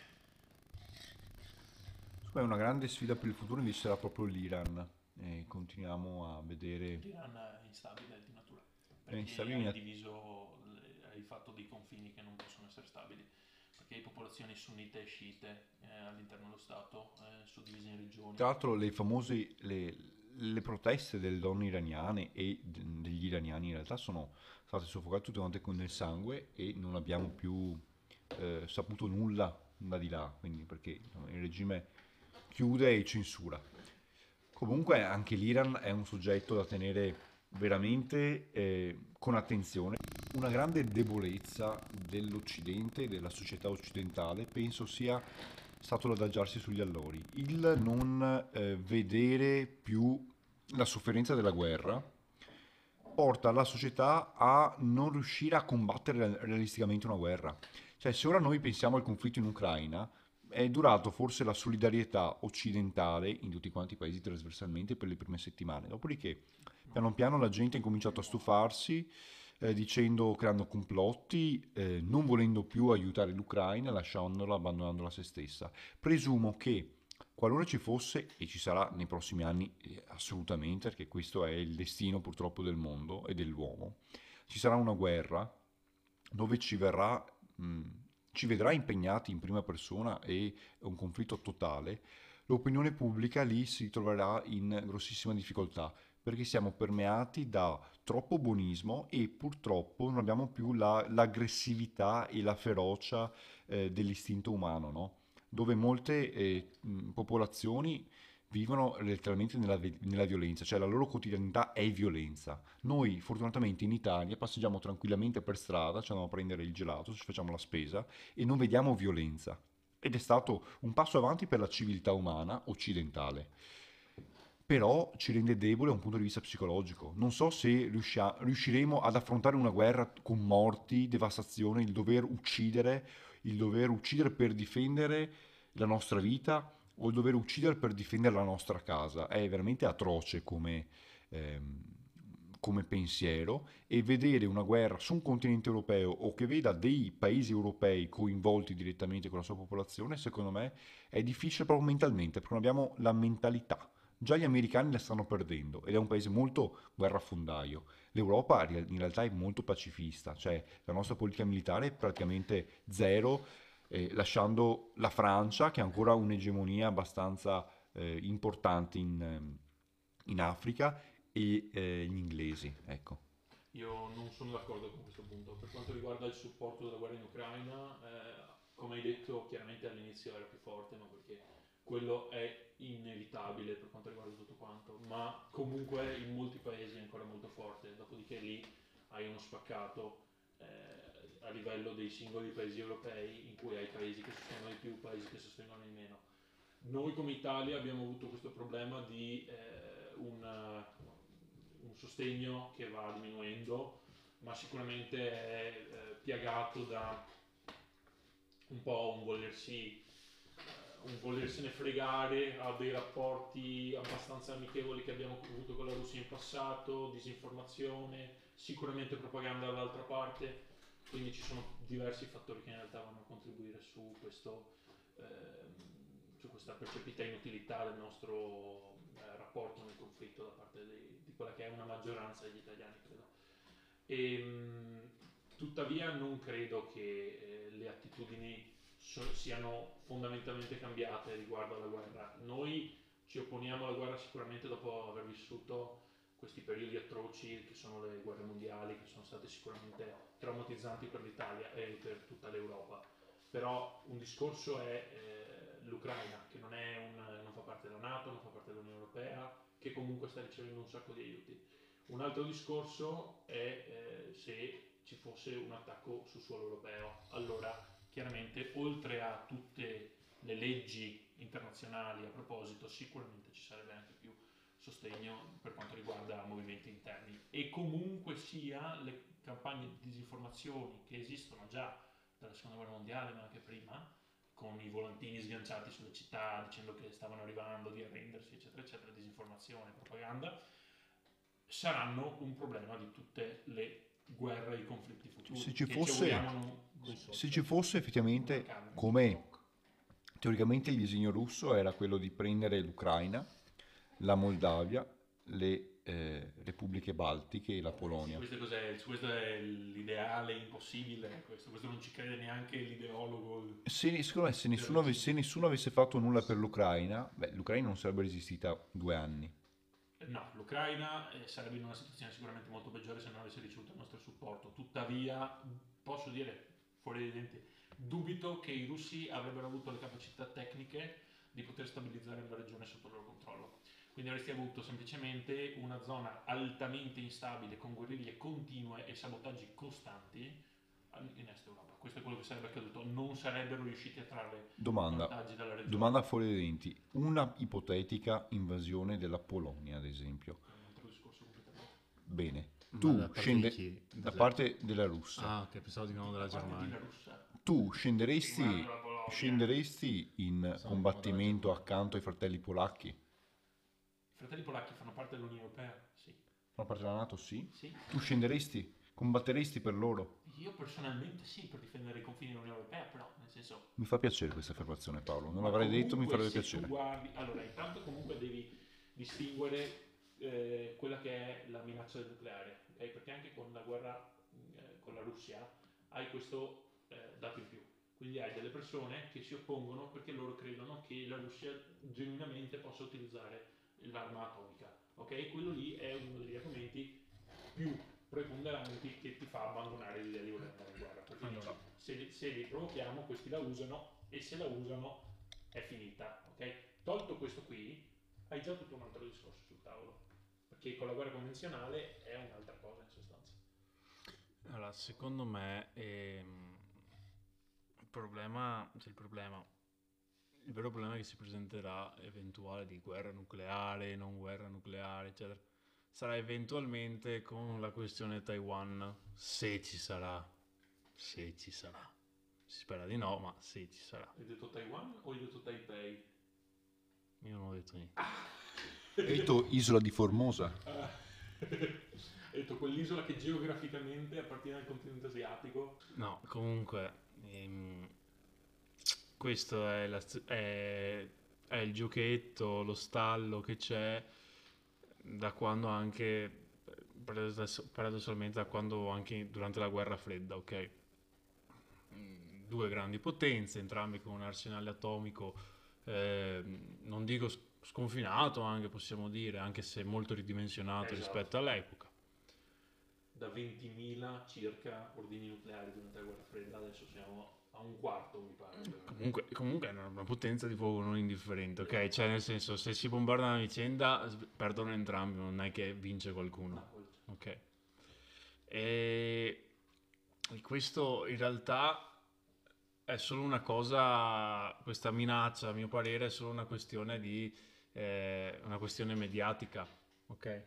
È una grande sfida per il futuro invece sarà proprio l'Iran. E continuiamo a vedere. L'Iran è instabile di natura, È perché instabile hai di nat- diviso, le- hai fatto dei confini che non possono essere stabili, perché hai popolazioni sunnite e sciite eh, all'interno dello Stato, eh, suddivise in regioni. Tra l'altro le famose le, le proteste delle donne iraniane e de- degli iraniani in realtà sono state soffocate tutte quante con il sangue e non abbiamo più eh, saputo nulla da di là, quindi perché insomma, il regime chiude e censura. Comunque anche l'Iran è un soggetto da tenere veramente eh, con attenzione. Una grande debolezza dell'Occidente, della società occidentale, penso sia stato l'adagiarsi sugli allori, il non eh, vedere più la sofferenza della guerra porta la società a non riuscire a combattere real- realisticamente una guerra. Cioè, se ora noi pensiamo al conflitto in Ucraina, è durato forse la solidarietà occidentale in tutti quanti i paesi trasversalmente per le prime settimane. Dopodiché, piano piano la gente ha incominciato a stufarsi, eh, dicendo, creando complotti, eh, non volendo più aiutare l'Ucraina, lasciandola, abbandonandola a se stessa. Presumo che qualora ci fosse, e ci sarà nei prossimi anni eh, assolutamente, perché questo è il destino purtroppo del mondo e dell'uomo, ci sarà una guerra dove ci verrà, mh, ci vedrà impegnati in prima persona e un conflitto totale, l'opinione pubblica lì si troverà in grossissima difficoltà perché siamo permeati da troppo buonismo e purtroppo non abbiamo più la- l'aggressività e la ferocia eh, dell'istinto umano, no? Dove molte eh, mh, popolazioni vivono letteralmente nella, ve- nella violenza, cioè la loro quotidianità è violenza. Noi fortunatamente in Italia passeggiamo tranquillamente per strada, ci andiamo a prendere il gelato, ci facciamo la spesa e non vediamo violenza. Ed è stato un passo avanti per la civiltà umana occidentale. però ci rende debole da un punto di vista psicologico. Non so se riuscia- riusciremo ad affrontare una guerra con morti, devastazione, il dover uccidere, il dover uccidere per difendere la nostra vita o il dover uccidere per difendere la nostra casa. È veramente atroce come, ehm, come pensiero, e vedere una guerra su un continente europeo o che veda dei paesi europei coinvolti direttamente con la sua popolazione, secondo me è difficile proprio mentalmente, perché non abbiamo la mentalità. Già gli americani la stanno perdendo ed è un paese molto guerrafondaio. L'Europa in realtà è molto pacifista, cioè la nostra politica militare è praticamente zero, eh, lasciando la Francia che ha ancora un'egemonia abbastanza eh, importante in, ehm, in Africa, e eh, gli inglesi, ecco. Io non sono d'accordo con questo punto. Per quanto riguarda il supporto della guerra in Ucraina, eh, come hai detto, chiaramente all'inizio era più forte, ma perché quello è inevitabile per quanto riguarda tutto quanto, ma comunque in molti paesi è ancora molto forte, dopodiché lì hai uno spaccato eh, a livello dei singoli paesi europei, in cui hai paesi che sostengono di più, paesi che sostengono di meno. Noi come Italia abbiamo avuto questo problema di eh, un, un sostegno che va diminuendo, ma sicuramente è eh, piagato da un po' un volersi un volersene fregare, a dei rapporti abbastanza amichevoli che abbiamo avuto con la Russia in passato, disinformazione, sicuramente propaganda dall'altra parte, quindi ci sono diversi fattori che in realtà vanno a contribuire su, questo, ehm, su questa percepita inutilità del nostro eh, rapporto nel conflitto da parte dei, di quella che è una maggioranza degli italiani, credo. E, mh, tuttavia non credo che eh, le attitudini so- siano fondamentalmente cambiate riguardo alla guerra. Noi ci opponiamo alla guerra sicuramente dopo aver vissuto questi periodi atroci che sono le guerre mondiali, che sono state sicuramente traumatizzanti per l'Italia e per tutta l'Europa. Però un discorso è eh, l'Ucraina, che non, è un, non fa parte della NATO, non fa parte dell'Unione Europea, che comunque sta ricevendo un sacco di aiuti. Un altro discorso è eh, se ci fosse un attacco sul suolo europeo. Allora, chiaramente, oltre a tutte le leggi internazionali a proposito, sicuramente ci sarebbe anche più sostegno per quanto riguarda movimenti interni. E comunque sia, le campagne di disinformazione che esistono già dalla seconda guerra mondiale, ma anche prima, con i volantini sganciati sulle città dicendo che stavano arrivando, di arrendersi, eccetera, eccetera, disinformazione, propaganda, saranno un problema di tutte le guerre e i conflitti futuri. Se ci che fosse, ci auguriamo non, non so, se cioè, ci fosse non effettivamente, accada. come teoricamente il disegno russo era quello di prendere l'Ucraina, la Moldavia, le eh, repubbliche baltiche e la Sì, Polonia. questo, cos'è? Questo è l'ideale impossibile, questo, questo non ci crede neanche l'ideologo Se, secondo me, se del nessuno, ave- se regime. nessuno avesse fatto nulla per l'Ucraina, beh, l'Ucraina non sarebbe resistita due anni. No, l'Ucraina eh, sarebbe in una situazione sicuramente molto peggiore se non avesse ricevuto il nostro supporto. Tuttavia, posso dire, fuori dai denti, dubito che i russi avrebbero avuto le capacità tecniche di poter stabilizzare la regione sotto il loro controllo. Quindi avresti avuto semplicemente una zona altamente instabile, con guerriglie continue e sabotaggi costanti in Est Europa. Questo è quello che sarebbe accaduto. Non sarebbero riusciti a trarre Domanda, vantaggi dalla regione. domanda fuori dai denti. Una ipotetica invasione della Polonia, ad esempio. È un altro discorso completamente. Bene, Ma tu da parte di scende chi? da Della- parte della Russia. Ah, ok, pensavo di nuovo della Da parte di Germania. la Russia. Tu scenderesti, Riguardo la Polonia. scenderesti in Sono combattimento della Germania. accanto ai fratelli polacchi? I fratelli polacchi fanno parte dell'Unione Europea? Sì. Fanno parte della NATO, sì? Sì. Tu scenderesti? Combatteresti per loro? Io personalmente sì, per difendere i confini dell'Unione Europea, però nel senso... Mi fa piacere questa affermazione, Paolo. Non ma l'avrei detto, mi comunque farebbe se piacere. tu guardi... Allora, intanto comunque devi distinguere eh, quella che è la minaccia del nucleare, ok? Perché anche con la guerra eh, con la Russia hai questo eh, dato in più. Quindi hai delle persone che si oppongono perché loro credono che la Russia genuinamente possa utilizzare l'arma atomica, ok? Quello lì è uno degli argomenti più preponderanti che ti fa abbandonare l'idea di voler andare in guerra, perché Allora. dici, se, se li provochiamo questi la usano e se la usano è finita, ok? Tolto questo qui hai già tutto un altro discorso sul tavolo, perché con la guerra convenzionale è un'altra cosa in sostanza. Allora, secondo me ehm, il problema, cioè il problema il vero problema che si presenterà eventuale di guerra nucleare, non guerra nucleare, eccetera, sarà eventualmente con la questione Taiwan, se ci sarà, se ci sarà. Si spera di no, ma se ci sarà. Hai detto Taiwan o hai detto Taipei? Io non ho detto niente. Hai detto isola di Formosa? Hai detto quell'isola che geograficamente appartiene al continente asiatico. No, comunque, ehm, questo è, la st- è, è il giochetto, lo stallo che c'è da quando anche, paradoss- paradossalmente, da quando anche durante la guerra fredda, ok? Mm, Due grandi potenze, entrambi con un arsenale atomico, ehm, non dico s- sconfinato, anche possiamo dire, anche se molto ridimensionato Esatto. rispetto all'epoca. Da ventimila circa ordigni nucleari durante la guerra fredda, adesso siamo a un quarto, mi pare. Comunque, comunque è una, una potenza di fuoco non indifferente, ok? Cioè, nel senso, se si bombardano a vicenda, s- perdono entrambi, non è che vince qualcuno, No, quello c'è. ok? E e questo in realtà è solo una cosa, questa minaccia, a mio parere, è solo una questione di, eh, una questione mediatica, ok?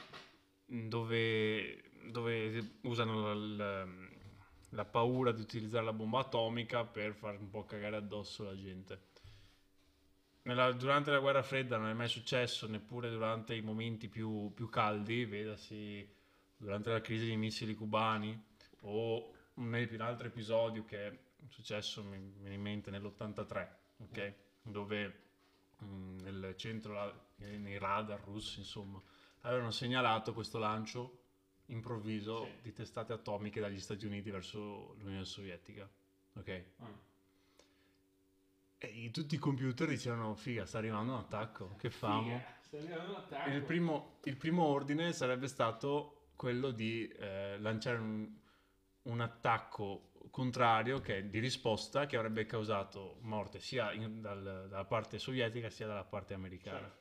Dove, dove usano la, la- la paura di utilizzare la bomba atomica per far un po' cagare addosso la gente. Nella- durante la guerra fredda non è mai successo, neppure durante i momenti più, più caldi, vedasi durante la crisi dei missili cubani o un, un altro episodio che è successo, mi mi viene in mente, nell'ottantatré, ok? Dove mm, nel centro, la- nei radar russi, insomma, avevano segnalato questo lancio improvviso Sì. di testate atomiche dagli Stati Uniti verso l'Unione Sovietica, ok? Ah. E i- tutti i computer dicevano, figa, sta arrivando un attacco, che famo? Figa, sta arrivando un attacco. E il primo, il primo ordine sarebbe stato quello di eh, lanciare un, un attacco contrario, che, di risposta, che avrebbe causato morte sia in- dal- dalla parte sovietica sia dalla parte americana. Certo.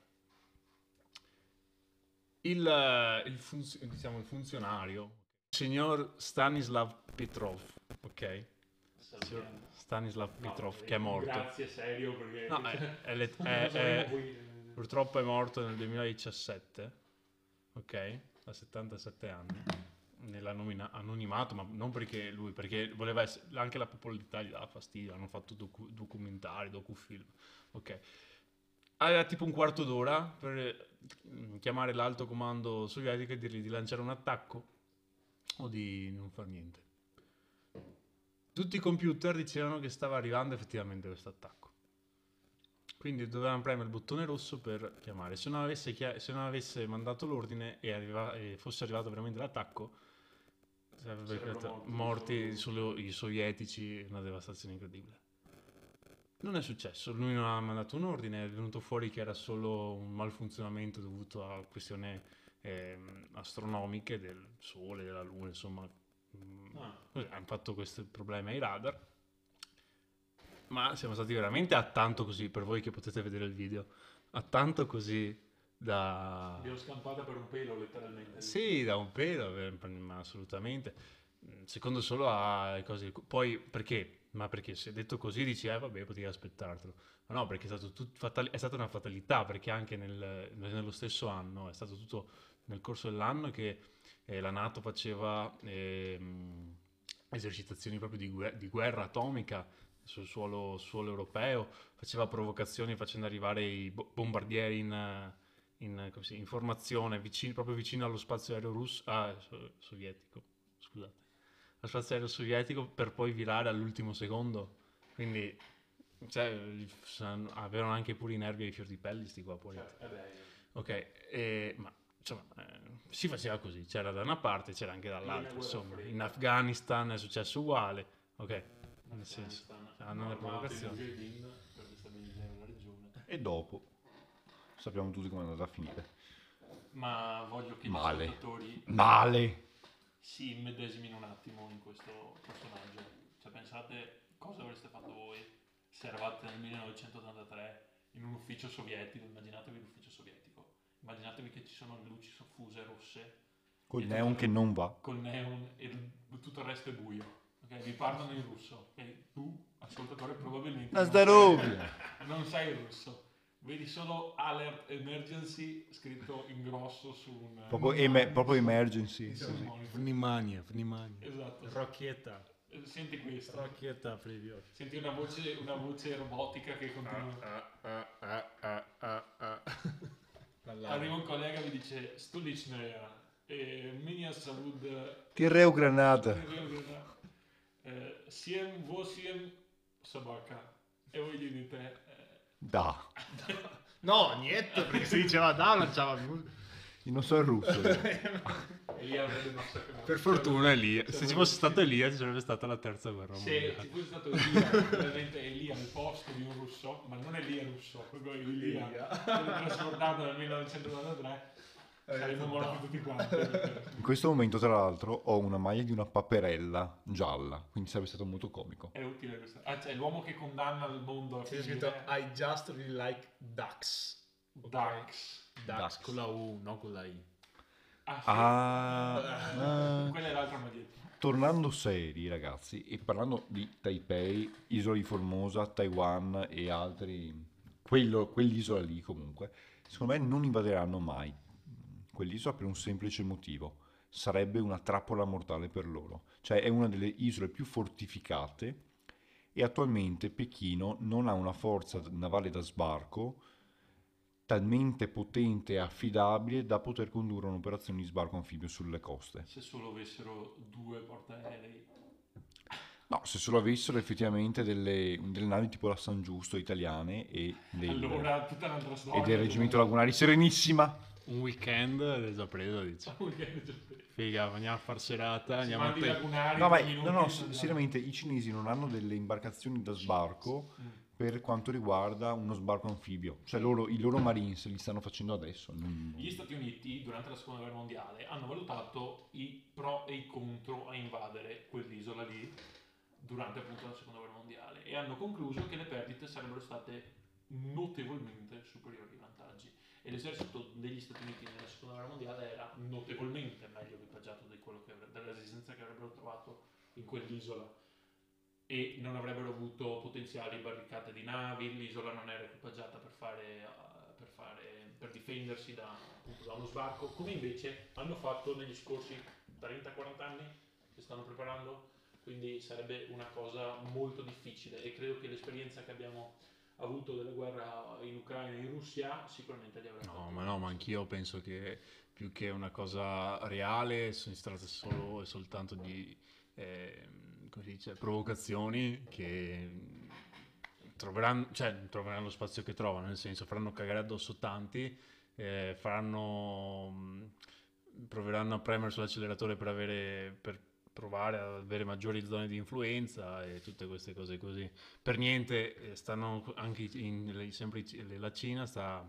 Il, eh, il funz- diciamo, il funzionario, il signor Stanislav Petrov, ok? Salutiamo. Stanislav No, Petrov, eh, che è morto. Grazie, serio, perché No, è- è le- non è- lo sapevo è- poi, eh, Purtroppo è morto nel duemiladiciassette, ok? A settantasette anni, nell'anonimato, ma non perché lui, perché voleva essere, anche la popolarità gli dava fastidio, hanno fatto docu- documentari, docufilm, ok? Aveva tipo un quarto d'ora per mm, chiamare l'alto comando sovietico e dirgli di lanciare un attacco o di non far niente. Tutti i computer dicevano che stava arrivando effettivamente questo attacco. Quindi dovevamo premere il bottone rosso per chiamare. Se non avesse, chia- se non avesse mandato l'ordine e, arriva- e fosse arrivato veramente l'attacco, sarebbe Sarebbero creato- morti morti solo- solo i sovietici, una devastazione incredibile. Non è successo, lui non ha mandato un ordine, è venuto fuori che era solo un malfunzionamento dovuto a questioni ehm, astronomiche del Sole, della Luna, insomma. Mm, Ah. Hanno fatto questi problemi ai radar. Ma siamo stati veramente a tanto così, per voi che potete vedere il video, a tanto così da... Abbiamo scampata per un pelo, letteralmente. Sì, da un pelo, eh, ma assolutamente. Mm, Secondo solo a cose... Poi perché? Ma perché se detto così dici, eh vabbè, potevi aspettartelo. Ma no, perché è, stato tut- fatali- è stata una fatalità, perché anche nel- nello stesso anno, è stato tutto nel corso dell'anno che eh, la NATO faceva ehm, esercitazioni proprio di, guer- di guerra atomica sul suolo, suolo europeo, faceva provocazioni facendo arrivare i bo- bombardieri in, eh, in, come si- in formazione vicino- proprio vicino allo spazio aereo russo, ah, so- sovietico, scusate, allo spazio aereo sovietico per poi virare all'ultimo secondo. Quindi cioè, san- avevano anche pure i nervi ai fior di pelle sti qua poi. Cioè, eh beh, Ok, e- ma insomma, eh, si faceva così, c'era da una parte, c'era anche dall'altra. guerra Insomma, fredda. in Afghanistan è successo uguale, ok, nel senso, Afghanistan, hanno le armato i provocazioni. mujahideen per destabilizzare la regione. E dopo sappiamo tutti come è andata a finire. Ma voglio che Male. gli ascoltatori Male. si immedesimino un attimo in questo personaggio. Cioè, pensate cosa avreste fatto voi se eravate nel millenovecentottantatré in un ufficio sovietico. Immaginatevi l'ufficio sovietico, immaginatevi che ci sono le luci soffuse rosse Col e neon tutto- che non va. col neon e il- tutto il resto è buio. Ok, vi parlano in russo. Ok, tu, ascoltatore, probabilmente La non sai- Zdarovia. non sai il russo. Vedi solo alert emergency scritto in grosso su un... Proprio, eme- proprio emergency. su un Così. monitor. Vнимание, vнимание. Esatto. Rocchietta. Eh, Senti questo. Rocchietta, preview. Senti una voce, una voce robotica che continua. Arriva un collega e mi dice Stolichnaya e Minia Salud Tirreo granata. eh, Siem Vosiem Sabaka. E voi gli dite eh, Da. No, niente, perché si diceva da, lanciava più. Io non so il russo. e lì avrebbe massacrato. Per fortuna Elia, se ci fosse stato Elia ci sarebbe stata la terza guerra Se mondiale. ci fosse stato Elia, veramente Elia al posto di un russo, ma non Elia russo, proprio Elia, trasportato nel millenovecentonovantatré, saremmo morti tutti quanti. In questo momento, tra l'altro, ho una maglia di una paperella gialla, quindi sarebbe stato molto comico. È utile questo. Ah, c'è l'uomo che condanna il mondo a C'è finire. scritto I just really like ducks. Dax. Ducks, Ducks. con la U, non con la I. Ah, sì. Ah, ah. Quella è l'altra maglietta. Tornando seri, ragazzi, e parlando di Taipei, Isola di Formosa, Taiwan e altri, quello, quell'isola lì comunque, secondo me non invaderanno mai quell'isola per un semplice motivo: sarebbe una trappola mortale per loro. Cioè è una delle isole più fortificate e attualmente Pechino non ha una forza navale da sbarco talmente potente e affidabile da poter condurre un'operazione di sbarco anfibio sulle coste. Se solo avessero due portaerei. No, se solo avessero effettivamente delle, delle navi tipo la San Giusto italiane e del, Allora, tutta un'altra storia. e del reggimento Lagunari Serenissima. Un weekend è già preso, dice. Figa, andiamo a far serata, Si andiamo a mandi te. lagunari. No, ma tre minuti no, no, e s- andiamo. seriamente i cinesi non hanno delle imbarcazioni da sbarco Mm. per quanto riguarda uno sbarco anfibio. Cioè loro, i loro Marines li stanno facendo adesso. non- Gli Stati Uniti, durante la seconda guerra mondiale, hanno valutato i pro e i contro a invadere quell'isola lì durante appunto la seconda guerra mondiale e hanno concluso che le perdite sarebbero state notevolmente superiori ai vantaggi. E l'esercito degli Stati Uniti nella seconda guerra mondiale era notevolmente meglio equipaggiato di quello che avre- della resistenza che avrebbero trovato in quell'isola. E non avrebbero avuto potenziali barricate di navi, l'isola non era equipaggiata per fare, eh, per, fare per difendersi da, appunto, da uno sbarco, come invece hanno fatto negli scorsi trenta quaranta anni che stanno preparando, quindi sarebbe una cosa molto difficile e credo che l'esperienza che abbiamo avuto della guerra in Ucraina e in Russia sicuramente li avrà No, fatto. ma no, ma anch'io penso che più che una cosa reale si tratta solo e soltanto di eh, come si dice, provocazioni che troveranno, cioè, troveranno lo spazio che trovano, nel senso faranno cagare addosso tanti, eh, faranno mh, proveranno a premere sull'acceleratore per avere per provare ad avere maggiori zone di influenza e tutte queste cose così. Per niente eh, stanno anche in, sempre la Cina sta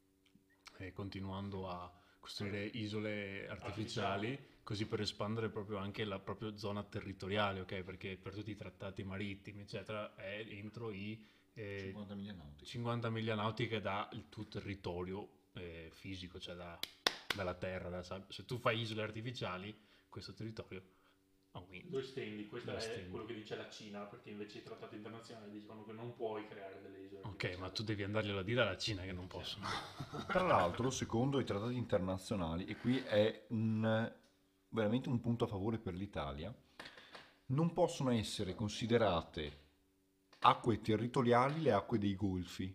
eh, continuando a costruire isole artificiali così per espandere proprio anche la propria zona territoriale, ok? Perché per tutti i trattati marittimi eccetera è entro i eh, cinquanta miglia nautiche. cinquanta miglia nautiche da il tuo territorio eh, fisico, cioè da, dalla terra, da, se tu fai isole artificiali questo territorio aumenta. Lo estendi, questo Lo è estendi. quello che dice la Cina, perché invece i trattati internazionali dicono che non puoi creare delle isole. Ok, ma tu devi andarglielo a dire alla Cina che non possono. Tra l'altro, secondo i trattati internazionali, e qui è un, veramente un punto a favore per l'Italia, non possono essere considerate acque territoriali le acque dei golfi.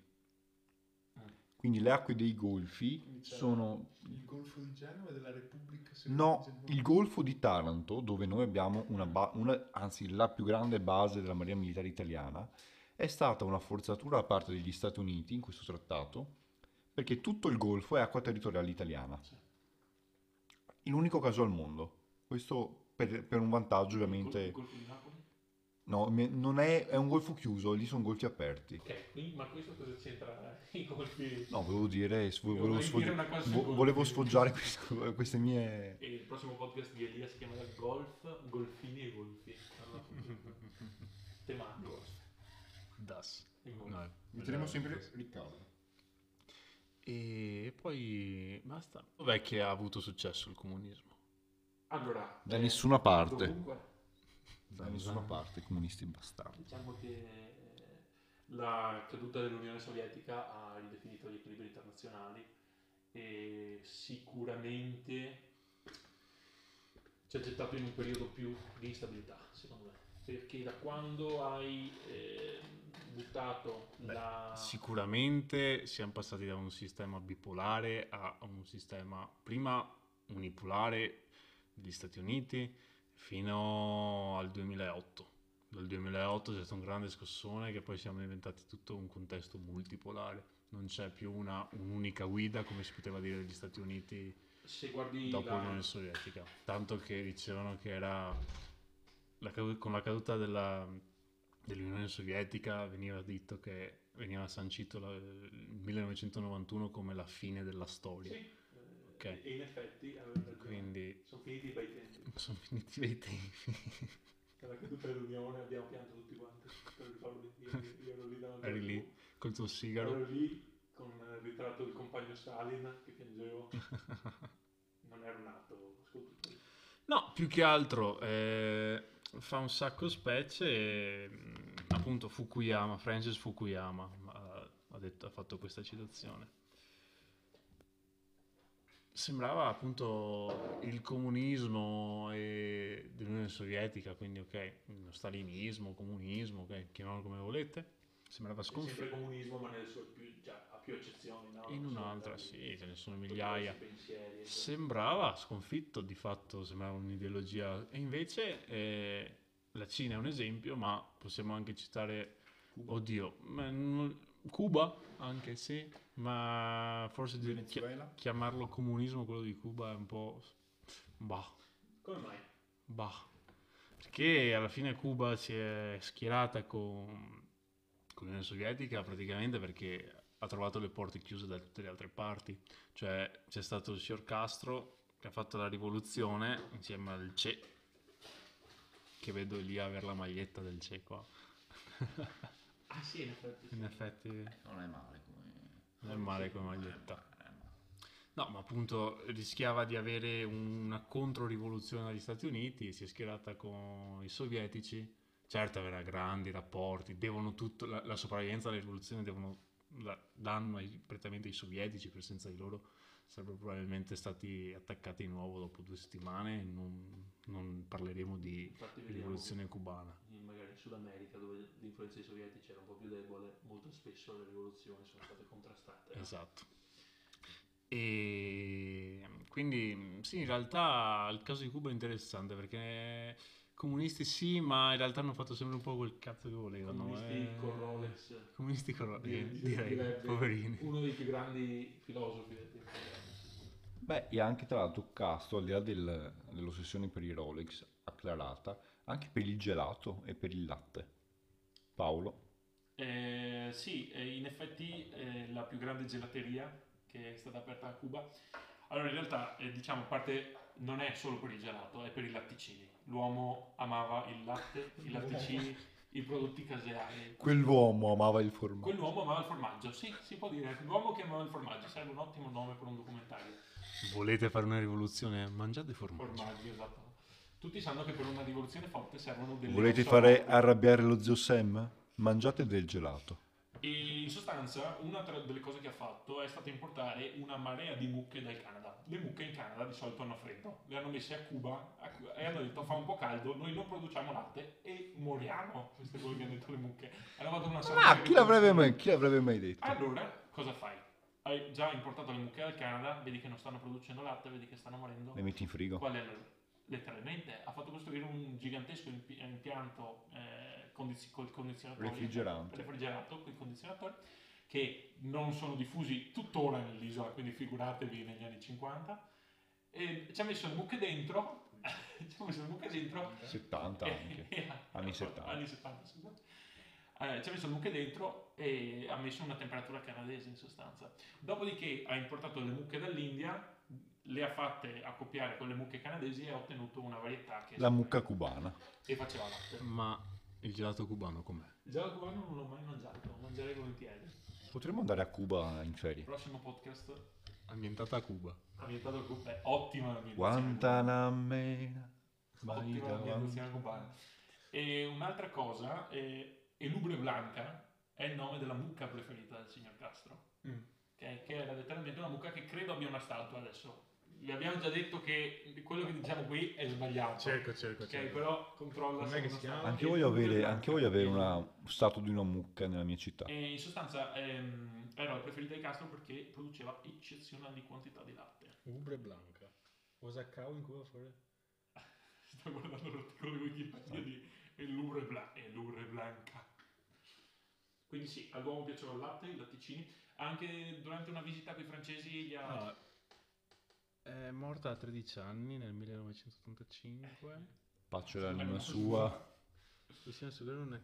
Quindi le acque dei golfi Quindi c'è sono... il Golfo di Genova e della Repubblica No, Serenissima. il Golfo di Taranto, dove noi abbiamo una, ba- una anzi la più grande base della Marina Militare Italiana, è stata una forzatura da parte degli Stati Uniti in questo trattato, perché tutto il Golfo è acqua territoriale italiana. L'unico caso al mondo. Questo per, per un vantaggio Il ovviamente... Golfo di Napoli? No, me- non è, è un golfo chiuso, lì sono golfi aperti. Ok, quindi, ma questo cosa c'entra i golfi? No, volevo dire, vo- Volevi volevo, dire sfog- una cosa sui vo- golfi. volevo sfoggiare queste, queste mie... E il prossimo podcast di Elia si chiamerà Golf, Golfini e Golfi. Tematico. Das. I golfi. No, Metteremo eh, sempre das. Riccardo. E poi basta. Dov'è che ha avuto successo il comunismo? Allora, Da eh, nessuna parte. dovunque. Da nessuna parte, comunisti bastardi. Diciamo che eh, la caduta dell'Unione Sovietica ha ridefinito gli equilibri internazionali e sicuramente ci ha gettato in un periodo più di instabilità, secondo me, perché da quando hai eh, buttato Beh, la... Sicuramente siamo passati da un sistema bipolare a un sistema prima unipolare degli Stati Uniti fino al duemilaotto. Dal duemilaotto c'è stato un grande scossone che poi siamo diventati tutto un contesto multipolare. Non c'è più una, un'unica guida, come si poteva dire degli Stati Uniti Se guardi dopo la... l'Unione Sovietica. Tanto che dicevano che era la cadu- con la caduta della, dell'Unione Sovietica veniva detto che veniva sancito la- il millenovecentonovantuno come la fine della storia. Sì, Ok. e in effetti aveva ragione. Quindi Sono finiti i bei tempi. sono finiti i tempi. Alla caduta dell'Unione abbiamo pianto tutti quanti per rifarlo di io, io ero lì davanti Eri alla lì tivù. col tuo sigaro. Ero lì con il ritratto del compagno Stalin che piangevo. Non ero nato, ascolta. No, più che altro eh, fa un sacco specie e, mh, appunto Fukuyama, Francis Fukuyama ha, ha detto- ha fatto questa citazione. Sembrava appunto il comunismo e dell'Unione Sovietica, quindi ok, lo stalinismo, comunismo, ok, chiamiamolo come volete. Sembrava È sempre sconfitto. comunismo, ma nelle sue più, già, ha più eccezioni, no? In Non sono un'altra, stati sì, ce ne sono tutti migliaia. grossi pensieri, eccetera. Sembrava sconfitto, di fatto sembrava un'ideologia. E invece eh, la Cina è un esempio, ma possiamo anche citare, oddio, ma non- Cuba, anche sì, ma forse di- chi- Venezuela? chiamarlo comunismo, quello di Cuba, è un po'... bah, Come mai? bah. Perché alla fine Cuba si è schierata con, con l'Unione Sovietica praticamente perché ha trovato le porte chiuse da tutte le altre parti. Cioè c'è stato il signor Castro che ha fatto la rivoluzione insieme al Che, che vedo lì avere la maglietta del Che qua. Ah sì, in effetti. In effetti Non è male come... non è male come maglietta. Non è male. No, ma appunto rischiava di avere una controrivoluzione dagli Stati Uniti, si è schierata con i sovietici. Certo, aveva grandi rapporti, devono tutto, la, la sopravvivenza della rivoluzione devono, la, danno ai, prettamente ai sovietici, perché senza di loro sarebbero probabilmente stati attaccati di nuovo dopo due settimane. Non, non parleremo di Infatti vediamo rivoluzione cubana. in- magari in Sud America, dove l'influenza dei sovietici era un po' più debole, molto spesso le rivoluzioni sono state contrastate. no? Esatto. E quindi sì, in realtà il caso di Cuba è interessante perché comunisti sì, ma in realtà hanno fatto sempre un po' quel cazzo che volevano. Comunisti eh. con Rolex. Comunisti con Rolex, Di- eh, di- direi, direbbe poverini. Uno dei più grandi filosofi del tempo. Beh, e anche tra l'altro Castro, al di là del- dell'ossessione per i Rolex acclarata, anche per il gelato e per il latte. Paolo? Eh, sì, eh, in effetti eh, la più grande gelateria che è stata aperta a Cuba. Allora, in realtà, eh, diciamo, a parte non è solo per il gelato, è per i latticini. L'uomo amava il latte, i latticini, i prodotti caseari. Quell'uomo amava il formaggio. Quell'uomo amava il formaggio, sì, si può dire. L'uomo che amava il formaggio sarebbe un ottimo nome per un documentario. Volete fare una rivoluzione? Mangiate formaggio. Formaggio, esatto. Tutti sanno che per una rivoluzione forte servono delle Volete ossa fare forti. arrabbiare lo zio Sam? Mangiate del gelato. E in sostanza, una tra- delle cose che ha fatto è stata importare una marea di mucche dal Canada. Le mucche in Canada di solito hanno freddo, le hanno messe a Cuba a Cu- e hanno detto fa un po' caldo, noi non produciamo latte e moriamo. Questo è quello che hanno detto le mucche. Hanno fatto una sorta Ah, di chi l'avrebbe rivoluzione. mai, chi l'avrebbe mai detto? Allora, cosa fai? Hai già importato le mucche dal Canada, vedi che non stanno producendo latte, vedi che stanno morendo. Le metti in frigo. Qual è la- letteralmente ha fatto costruire un gigantesco impi- impianto eh, condiz- col condizionatore Refrigerante. refrigerato con i condizionatori che non sono diffusi tuttora nell'isola, quindi figuratevi negli anni cinquanta, e ci ha messo le mucche dentro ci ha messo le mucche dentro settanta anche. e- Anni settanta. anni settanta, scusate. Eh, ci ha messo le mucche dentro e ha messo una temperatura canadese in sostanza. Dopodiché ha importato le mucche dall'India, le ha fatte accoppiare con le mucche canadesi e ha ottenuto una varietà che La mucca cubana. e faceva latte. Ma il gelato cubano com'è? Il gelato cubano non l'ho mai mangiato, lo mangerei volentieri. Potremmo andare a Cuba in ferie. Prossimo podcast Ambientata a Cuba. ambientato a Cuba, è ottima l'ambientazione. Guantanamera. vai Ottima davanti. l'ambientazione cubana. E un'altra cosa, eh, Elubre Blanca, è il nome della mucca preferita del signor Castro, Mm. che, che era letteralmente una mucca che credo abbia una statua adesso. Vi abbiamo già detto che quello che diciamo qui è sbagliato. Cerco, cerco, Ok, cerco. però controlla Com'è se che è una si chiama? statua. Anche È voglio Ubre avere, Blanca. anche voglio avere È- una statua di una mucca nella mia città. E in sostanza ehm, era la preferita di Castro perché produceva eccezionali quantità di latte. Ubre Blanca. Was a cow in Cuba for it? Sto guardando l'articolo di Wikipedia di è l'Ubre Bla- è l'Ubre Blanca. Quindi sì, all'uomo piaceva il latte, i latticini. Anche durante una visita con i francesi gli ha... Ah, è morta a tredici anni nel millenovecentottantacinque. Pace l'anima sua. Possiamo seguire una...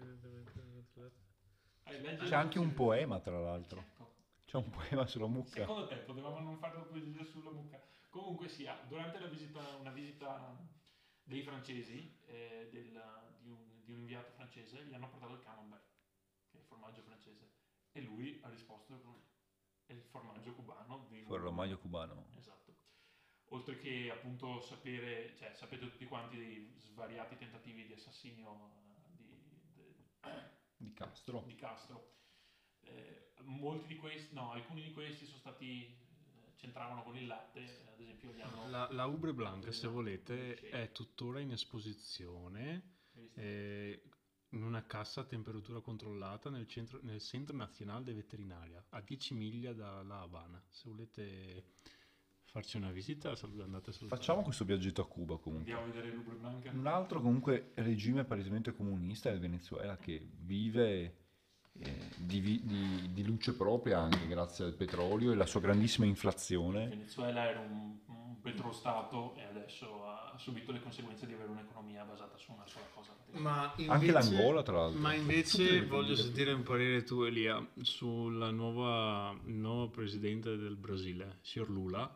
Eh, legge- C'è anche un poema, tra l'altro. Ecco. C'è un poema sulla mucca. Secondo te potevamo non fare la poesia sulla mucca? Comunque sia, durante la visita, una visita dei francesi, eh, del- di, un, di un inviato francese, gli hanno portato il camembert, che è il formaggio francese, e lui ha risposto che è il formaggio cubano. Di un- Formaggio cubano. Esatto. Oltre che appunto sapere, cioè sapete tutti quanti dei svariati tentativi di assassinio eh, di, de- Di Castro. di Castro. Eh, molti di questi, no, alcuni di questi sono stati, eh, c'entravano con il latte, eh, ad esempio gli hanno... La, la Ubre Blanca, se Esatto. volete, Sì. è tuttora in esposizione Hai visto? eh, in una cassa a temperatura controllata nel centro, nel Centro Nazionale de Veterinaria, a dieci miglia dalla Habana. Se volete farci una visita, sal- andate a salutare. Facciamo questo viaggetto a Cuba comunque. Andiamo a vedere l'Ubre Blanca. Un altro comunque regime palesemente comunista è il Venezuela, che vive eh, di, vi- di- di luce propria anche grazie al petrolio e la sua grandissima Il inflazione. Venezuela era un, un petrostato e adesso ha subito le conseguenze di avere un'economia basata su una sola cosa. Ma Anche l'Angola, tra l'altro. Ma Tutte invece le voglio repubbliche. sentire un parere tu, Elia, sulla nuova, il nuovo presidente del Brasile, signor Lula,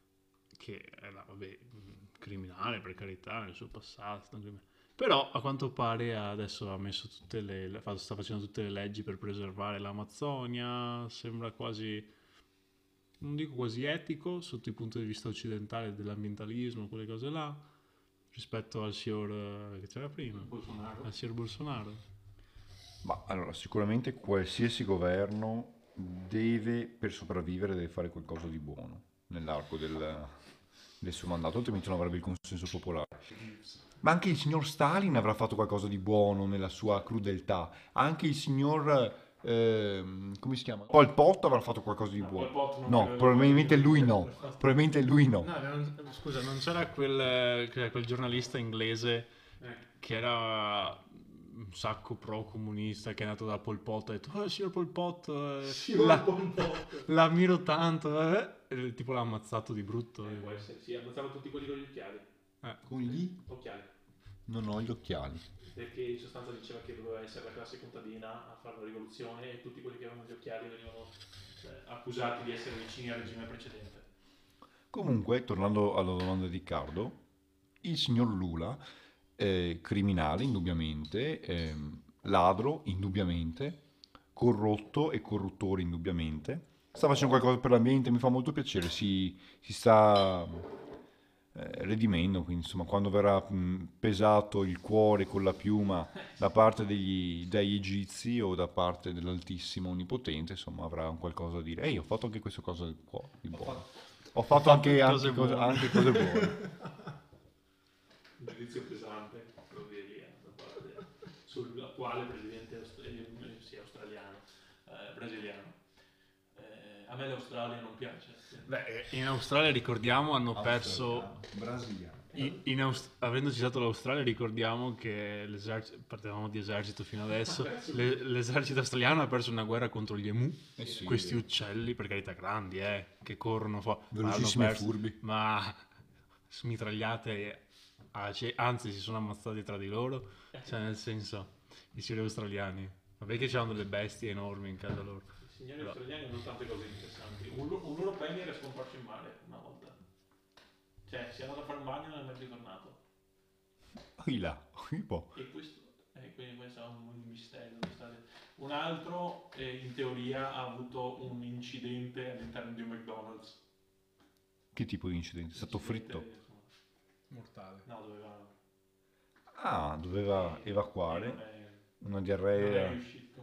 che era, vabbè, mh, criminale per carità nel suo passato, stato un criminale. Però a quanto pare adesso ha messo tutte le, le- fa- sta facendo tutte le leggi per preservare l'Amazzonia, sembra quasi, non dico quasi etico sotto il punto di vista occidentale dell'ambientalismo, quelle cose là, rispetto al signor eh, che c'era prima, Bolsonaro. al signor Bolsonaro. Ma allora, sicuramente qualsiasi governo deve, per sopravvivere, deve fare qualcosa di buono nell'arco del, del suo mandato, altrimenti non avrebbe il consenso popolare. Ma anche il signor Stalin avrà fatto qualcosa di buono nella sua crudeltà. Anche il signor, ehm, come si chiama? Pol Pot avrà fatto qualcosa di No, buono. Pol Pot non No, credo probabilmente che- lui no. Probabilmente lui no. No, non- scusa, non c'era quel, che- quel giornalista inglese Eh. che era un sacco pro-comunista, che è nato da Pol Pot, ha detto, oh, signor Pol Pot, eh, la- l'ammiro tanto, eh", e tipo l'ha ammazzato di brutto. Eh, può essere, sì, ammazzava tutti quelli con gli occhiali. Con gli? Occhiali. Non ho gli occhiali. Perché in sostanza diceva che doveva essere la classe contadina a fare la rivoluzione e tutti quelli che avevano gli occhiali venivano eh, accusati di essere vicini al regime precedente. Comunque, tornando alla domanda di Riccardo, il signor Lula, eh, criminale indubbiamente, ehm, ladro indubbiamente, corrotto e corruttore indubbiamente, sta facendo qualcosa per l'ambiente, mi fa molto piacere, si, si sta eh, redimendo, quindi insomma quando verrà mh, pesato il cuore con la piuma da parte degli, degli egizi o da parte dell'Altissimo Onnipotente, insomma avrà un qualcosa da dire, ehi ho fatto anche questa cosa di buono. Di buono. Ho fatto anche, cose anche cose, buone." anche cose buone. Un giudizio pesante, proprio lì, eh, da parte sull'attuale presidente aust- eh, sì, australiano, eh, brasiliano. Eh, a me l'Australia non piace. Beh, in Australia ricordiamo hanno perso, Brasiliano. in, in Aust- avendo citato l'Australia ricordiamo che l'esercito, parlavamo di esercito fino adesso, le- l'esercito australiano ha perso una guerra contro gli emu, Eh sì, questi uccelli, per carità grandi, eh, che corrono fuori, ma hanno velocissimi e perso- furbi. ma smitragliate, ah, cioè, anzi si sono ammazzati tra di loro, cioè nel senso, i signori australiani, vabbè che c'hanno delle bestie enormi in casa loro. I signori Però- australiani hanno tante cose interessanti. Un, lo- un loro premier è scomparso in mare una volta. Cioè, si è andato a fare un bagno e non è mai ritornato. Qui là, qui po'. E questo, eh, quindi questo è un mistero. di stare- Un altro, eh, in teoria, ha avuto un incidente all'interno di un McDonald's. Che tipo di incidente? È stato Incidente, fritto? insomma. Mortale. No, doveva... Ah, doveva e- evacuare e non è- una non è diarrea. riuscito.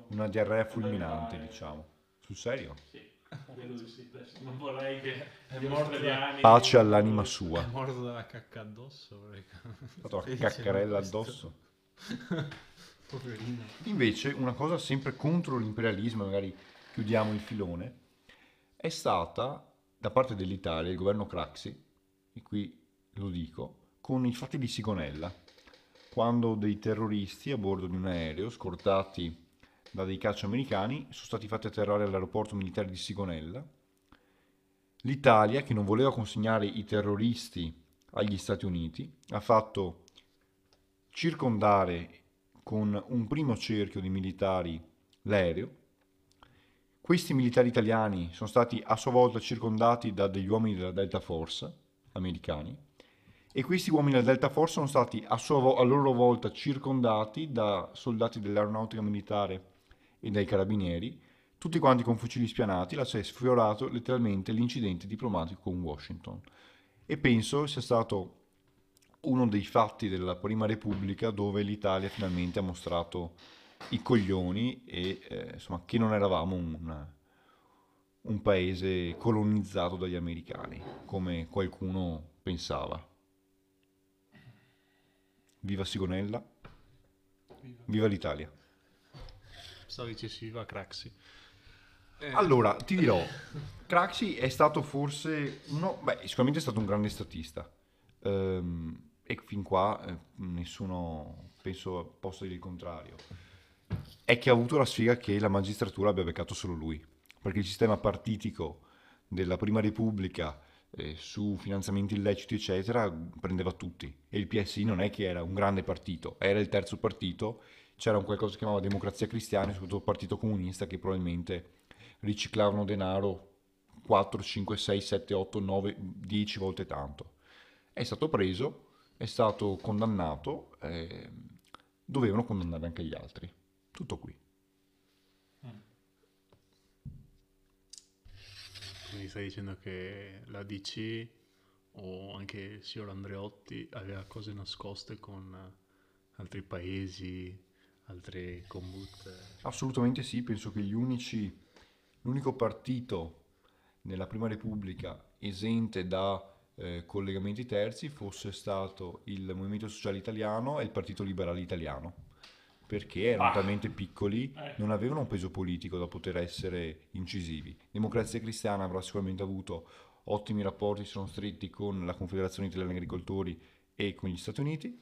una diarrea fulminante, diciamo. Sul serio? Sì, credo di sì. Adesso non vorrei che È gli morto australiani... Pace all'anima sua. È morto dalla cacca addosso. perché- Ha fatto la Stai dicendo caccarella questo? addosso. Poverino. Invece, una cosa sempre contro l'imperialismo, magari chiudiamo il filone, è stata da parte dell'Italia, il governo Craxi, e qui lo dico, con i fatti di Sigonella, quando dei terroristi a bordo di un aereo, scortati da dei caccia americani, sono stati fatti atterrare all'aeroporto militare di Sigonella. L'Italia, che non voleva consegnare i terroristi agli Stati Uniti, ha fatto circondare con un primo cerchio di militari l'aereo. Questi militari italiani sono stati a sua volta circondati da degli uomini della Delta Force americani e questi uomini della Delta Force sono stati a, sua vo- a loro volta circondati da soldati dell'aeronautica militare e dai carabinieri, tutti quanti con fucili spianati. Là si è sfiorato letteralmente l'incidente diplomatico con Washington e penso sia stato uno dei fatti della Prima Repubblica dove l'Italia finalmente ha mostrato i coglioni e eh, insomma che non eravamo un, un paese colonizzato dagli americani, come qualcuno pensava. Viva Sigonella, viva l'Italia. Stavo dicessi viva Craxi. Eh, Allora, ti dirò, Craxi è stato forse uno, beh, sicuramente è stato un grande statista. Ehm, e fin qua eh, nessuno penso possa dire il contrario. È che ha avuto la sfiga che la magistratura abbia beccato solo lui, perché il sistema partitico della Prima Repubblica eh, su finanziamenti illeciti eccetera prendeva tutti e il P S I non è che era un grande partito, era il terzo partito, c'era un qualcosa che si chiamava Democrazia Cristiana e soprattutto il Partito Comunista che probabilmente riciclavano denaro quattro, cinque, sei, sette, otto, nove, dieci volte tanto. È stato preso, è stato condannato, eh, dovevano condannare anche gli altri. Tutto qui. Quindi stai dicendo che la D C o anche il signor Andreotti aveva cose nascoste con altri paesi, altre combut. Assolutamente sì, penso che gli unici, l'unico partito nella Prima Repubblica esente da eh, collegamenti terzi fosse stato il Movimento Sociale Italiano e il Partito Liberale Italiano, perché erano Ah. talmente piccoli, Eh. non avevano un peso politico da poter essere incisivi. Democrazia Cristiana avrà sicuramente avuto ottimi rapporti, sono stretti con la Confederazione Italiana Agricoltori e con gli Stati Uniti.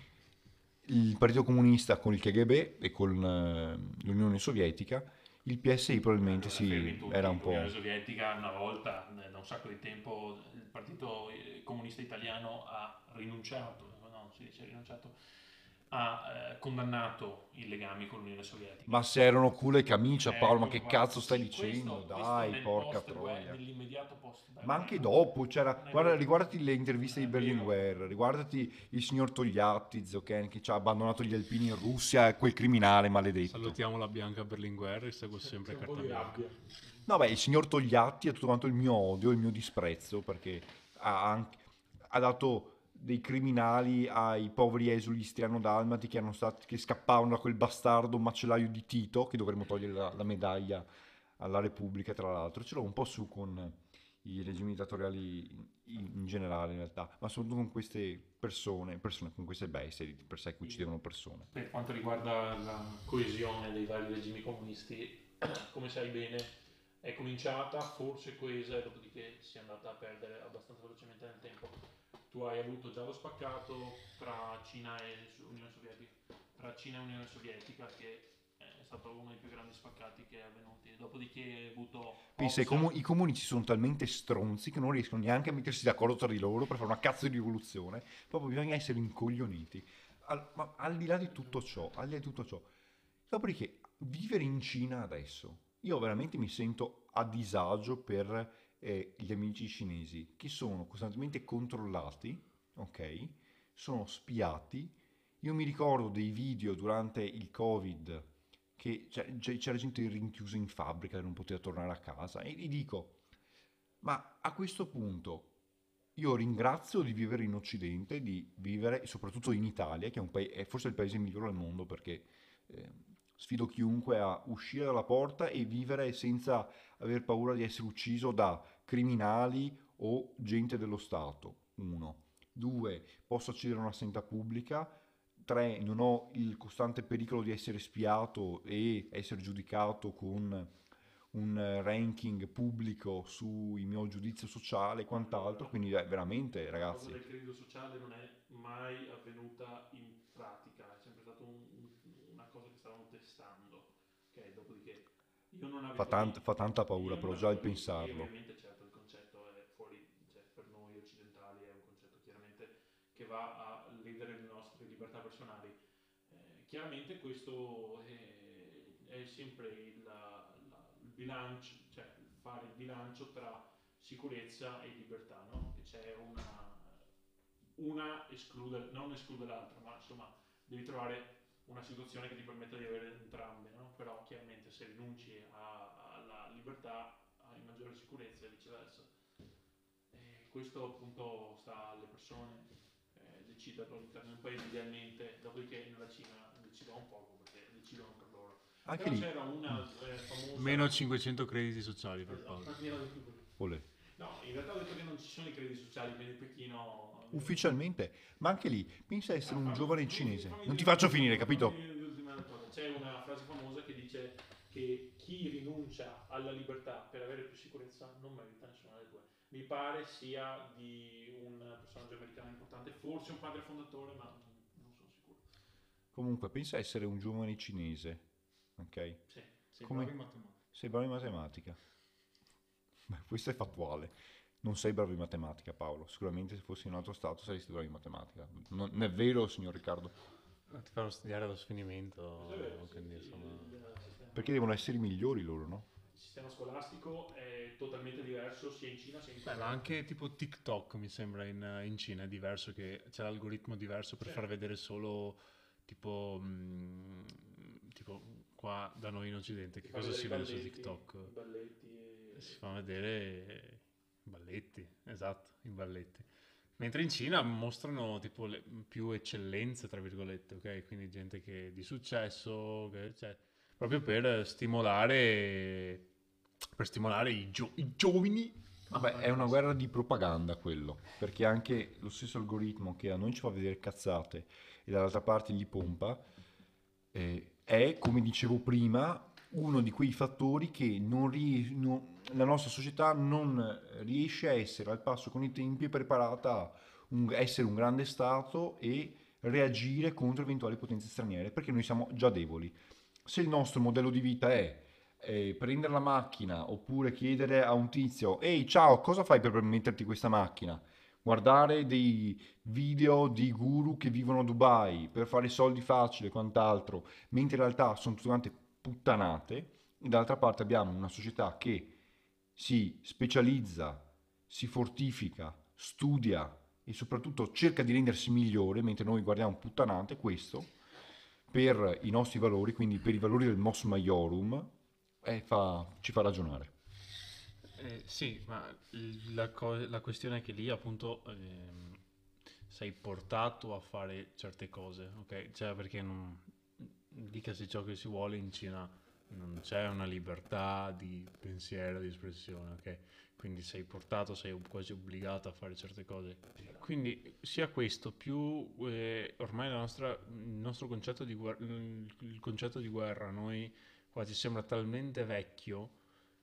Il Partito Comunista con il K G B e con eh, l'Unione Sovietica. Il P S I probabilmente Allora, fermi sì, tutti. era un po'... L'Unione Sovietica una volta, eh, da un sacco di tempo, il Partito eh, Comunista Italiano ha rinunciato, no, non si dice rinunciato, ha eh, condannato i legami con l'Unione Sovietica. Ma se erano culo e camicia, Paolo, ma Ecco che qua. cazzo stai Sì, dicendo? questo- questo Dai, nel porca post-guerra- troia. nell'immediato post Ma anche dopo, c'era, guarda, riguardati le interviste di Non è vero. Berlinguer, riguardati il signor Togliatti, Zoken, che ci ha abbandonato gli alpini in Russia, quel criminale maledetto. Salutiamo la Bianca Berlinguer e seguo sempre C'è un po' carta di bianca. rabbia. No, beh, il signor Togliatti ha tutto quanto il mio odio, il mio disprezzo, perché ha, anche- ha dato dei criminali ai poveri esuli istriano-dalmati che, hanno stati, che scappavano da quel bastardo macellaio di Tito, che dovremmo togliere la, la medaglia alla Repubblica, tra l'altro. Ce l'ho un po' su con i regimi dittatoriali in, in generale, in realtà, ma soprattutto con queste persone, persone con queste bestie di per sé che uccidevano persone. Per quanto riguarda la coesione dei vari regimi comunisti, come sai bene, è cominciata forse coesa e dopodiché si è andata a perdere abbastanza velocemente nel tempo. Tu hai avuto già lo spaccato tra Cina e Unione Sovietica, tra Cina e Unione Sovietica, che è stato uno dei più grandi spaccati che è avvenuti. Dopodiché hai avuto... Pensa, i, option- comu- i comunisti sono talmente stronzi che non riescono neanche a mettersi d'accordo tra di loro per fare una cazzo di rivoluzione, proprio bisogna essere incoglioniti. Al, ma al di là di tutto ciò, al di là di tutto ciò, dopodiché vivere in Cina adesso, io veramente mi sento a disagio per eh, gli amici cinesi che sono costantemente controllati, ok? Sono spiati. Io mi ricordo dei video durante il Covid che c'è- c'è- c'era gente rinchiusa in fabbrica che non poteva tornare a casa e gli dico, ma a questo punto io ringrazio di vivere in Occidente, di vivere soprattutto in Italia, che è, un paese, è forse il paese migliore al mondo perché eh, Sfido chiunque a uscire dalla porta e vivere senza aver paura di essere ucciso da criminali o gente dello Stato. Uno. Due, posso accedere a una sanità pubblica. Tre, non ho il costante pericolo di essere spiato e essere giudicato con un eh, ranking pubblico sul mio giudizio sociale e quant'altro. Quindi eh, veramente, La ragazzi, cosa del credito sociale non è mai avvenuta in pratica, è sempre stata un- un- una cosa che stavamo testando. Ok, dopodiché io non fa, abito tant- lì, fa tanta paura io non però già il abito lì, e pensarlo. ovviamente certo il concetto è fuori, cioè per noi occidentali è un concetto chiaramente che va a ledere le nostre libertà personali. Eh, chiaramente questo è, è sempre il, la- il bilancio, cioè fare il bilancio tra sicurezza e libertà, no? Che c'è una, una esclude, non esclude l'altra, ma insomma devi trovare una situazione che ti permetta di avere entrambe, no? Però chiaramente se rinunci a- alla libertà hai maggiore sicurezza e viceversa. E questo appunto sta alle persone eh, deciderlo all'interno di un paese idealmente, dopodiché nella Cina decidono poco perché decidono per loro. Anche Però lì, c'era una eh, famosa... Meno cinquecento crediti sociali per Esatto, Paolo. meno di più. olè. No, in realtà ho detto che non ci sono i crediti sociali, quindi Pechino... Ufficialmente, ma anche lì, pensa a essere un Ah, giovane fammi- cinese. fammi Non ti dire- faccio finire, fammi capito? dire l'ultima cosa. C'è una frase famosa che dice che chi rinuncia alla libertà per avere più sicurezza non merita nessuna delle due. Mi pare sia di un personaggio americano importante, forse un padre fondatore, ma non sono sicuro. Comunque, pensa a essere un giovane cinese, ok? Sì. Sei Come- bravo in matematica. Sei bravo in matematica. Beh, questo è fattuale. Non sei bravo in matematica, Paolo. Sicuramente se fossi in un altro stato saresti bravo in matematica. Non, non è vero, signor Riccardo? Ti fanno studiare allo sfinimento, Questo è vero, sì, quindi sì, insomma... il- il sistema- Perché devono essere i migliori loro, no? Il sistema scolastico è totalmente diverso sia in Cina sia in Beh, Corea. ma anche tipo TikTok mi sembra in, in Cina è diverso, che c'è l'algoritmo diverso per Sì. far vedere solo tipo, mm, tipo qua da noi in Occidente che Ti fa cosa vedere si i vede su balletti, TikTok. i balletti e... Si fa vedere i balletti, esatto, i balletti. Mentre in Cina mostrano tipo le più eccellenze, tra virgolette, ok? Quindi gente che di successo, che, cioè, proprio per stimolare, per stimolare i, gio- i giovani. Vabbè, è una guerra di propaganda quello, perché anche lo stesso algoritmo che a noi ci fa vedere cazzate e dall'altra parte li pompa, eh, è, come dicevo prima, uno di quei fattori che non ries- non- la nostra società non riesce a essere al passo con i tempi e preparata a un- essere un grande Stato e reagire contro eventuali potenze straniere, perché noi siamo già deboli. Se il nostro modello di vita è eh, prendere la macchina oppure chiedere a un tizio, ehi ciao, cosa fai per permetterti questa macchina? Guardare dei video di guru che vivono a Dubai per fare soldi facili e quant'altro, mentre in realtà sono tutte quante puttanate. E dall'altra parte abbiamo una società che si specializza, si fortifica, studia e soprattutto cerca di rendersi migliore, mentre noi guardiamo puttanate, questo per i nostri valori, quindi per i valori del Mos Maiorum, eh, fa- ci fa ragionare. Eh, sì, ma il- la, co- la questione è che lì appunto ehm, sei portato a fare certe cose, ok? Cioè perché non, dicasi ciò che si vuole, in Cina non c'è una libertà di pensiero, di espressione, ok? Quindi sei portato, sei quasi obbligato a fare certe cose. Quindi sia questo, più eh, ormai la nostra- il nostro concetto di guerra, il concetto di guerra a noi qua ci sembra talmente vecchio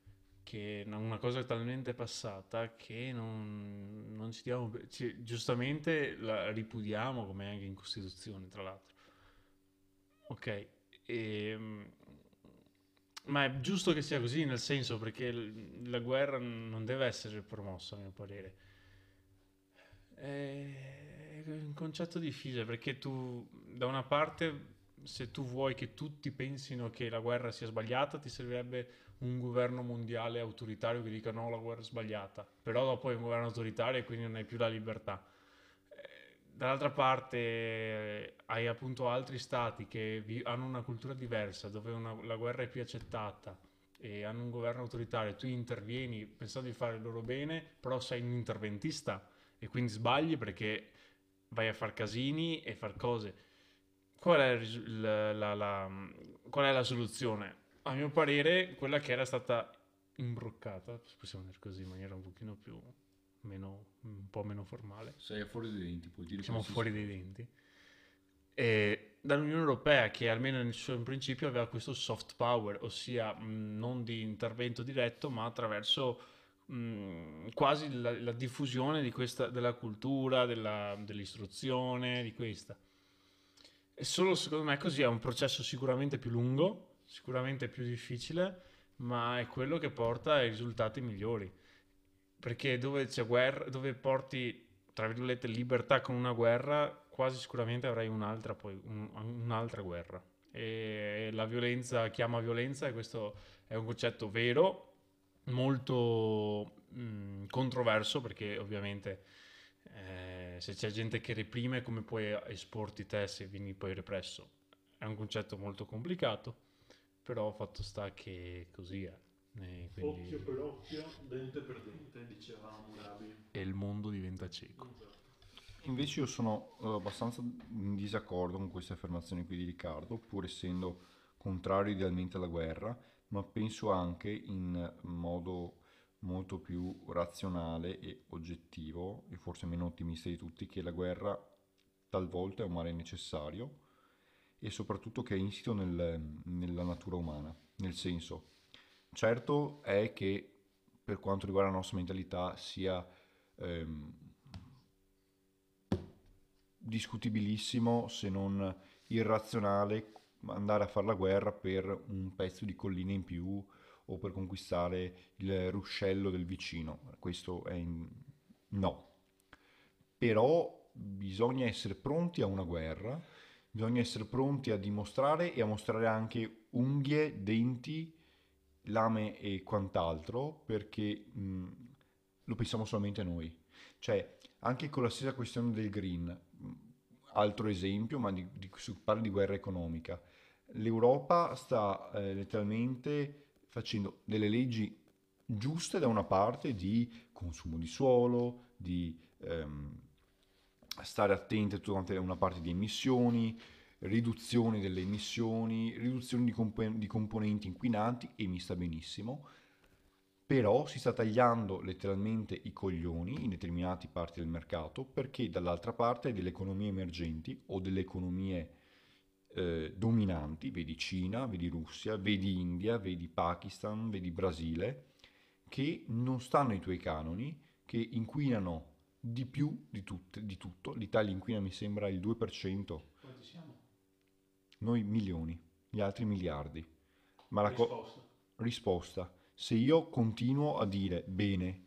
che è una cosa talmente passata che non, non ci diamo, ci- giustamente la ripudiamo come anche in Costituzione, tra l'altro. Ok, ehm, ma è giusto che sia così, nel senso perché l- la guerra non deve essere promossa, a mio parere. È un concetto difficile perché tu, da una parte, se tu vuoi che tutti pensino che la guerra sia sbagliata, ti servirebbe un governo mondiale autoritario che dica no, la guerra è sbagliata. Però dopo è un governo autoritario e quindi non hai più la libertà. Eh, Dall'altra parte eh, hai appunto altri stati che vi- hanno una cultura diversa, dove una- la guerra è più accettata e hanno un governo autoritario. Tu intervieni pensando di fare il loro bene, però sei un interventista e quindi sbagli perché vai a far casini e far cose. Qual è il risu- la, la- la- qual è la soluzione? A mio parere, quella che era stata imbroccata, possiamo dire così in maniera un pochino più meno, un po' meno formale. Sei fuori dai denti, puoi dire. Siamo fuori dai denti. E dall'Unione Europea, che almeno nel suo principio aveva questo soft power, ossia mh, non di intervento diretto, ma attraverso mh, quasi la, la diffusione di questa, della cultura, della, dell'istruzione, di questa. E solo secondo me così è un processo sicuramente più lungo, sicuramente più difficile, ma è quello che porta ai risultati migliori. Perché dove c'è guerra, dove porti, tra virgolette, libertà con una guerra, quasi sicuramente avrai un'altra, poi, un, un'altra guerra. E la violenza chiama violenza, e questo è un concetto vero, molto mh, controverso, perché ovviamente eh, se c'è gente che reprime, come puoi esporti te se vieni poi represso? È un concetto molto complicato, però fatto sta che così è. E quindi... Occhio per occhio, dente per dente, diceva Hammurabi. E il mondo diventa cieco. Invece io sono eh, abbastanza in disaccordo con queste affermazioni qui di Riccardo, pur essendo contrario idealmente alla guerra, ma penso anche in modo molto più razionale e oggettivo, e forse meno ottimista di tutti, che la guerra talvolta è un male necessario e soprattutto che è insito nel- nella natura umana, nel senso, certo è che per quanto riguarda la nostra mentalità sia ehm, discutibilissimo, se non irrazionale, andare a fare la guerra per un pezzo di collina in più o per conquistare il ruscello del vicino. Questo è in... no. Però bisogna essere pronti a una guerra, bisogna essere pronti a dimostrare e a mostrare anche unghie, denti, lame e quant'altro, perché mh, lo pensiamo solamente noi. Cioè, anche con la stessa questione del green, mh, altro esempio, ma di, di, si parla di guerra economica. L'Europa sta eh, letteralmente facendo delle leggi giuste da una parte di consumo di suolo, di ehm, stare attenti a tutta una parte di emissioni, riduzione delle emissioni, riduzione di, comp- di componenti inquinanti, e mi sta benissimo, però si sta tagliando letteralmente i coglioni in determinate parti del mercato, perché dall'altra parte delle economie emergenti o delle economie eh, dominanti, vedi Cina, vedi Russia, vedi India, vedi Pakistan, vedi Brasile, che non stanno ai tuoi canoni, che inquinano di più di, tutte, di tutto. L'Italia inquina, mi sembra, il due per cento. Quanti siamo? Noi milioni, gli altri miliardi. Ma la co- Risposta. risposta, se io continuo a dire, bene,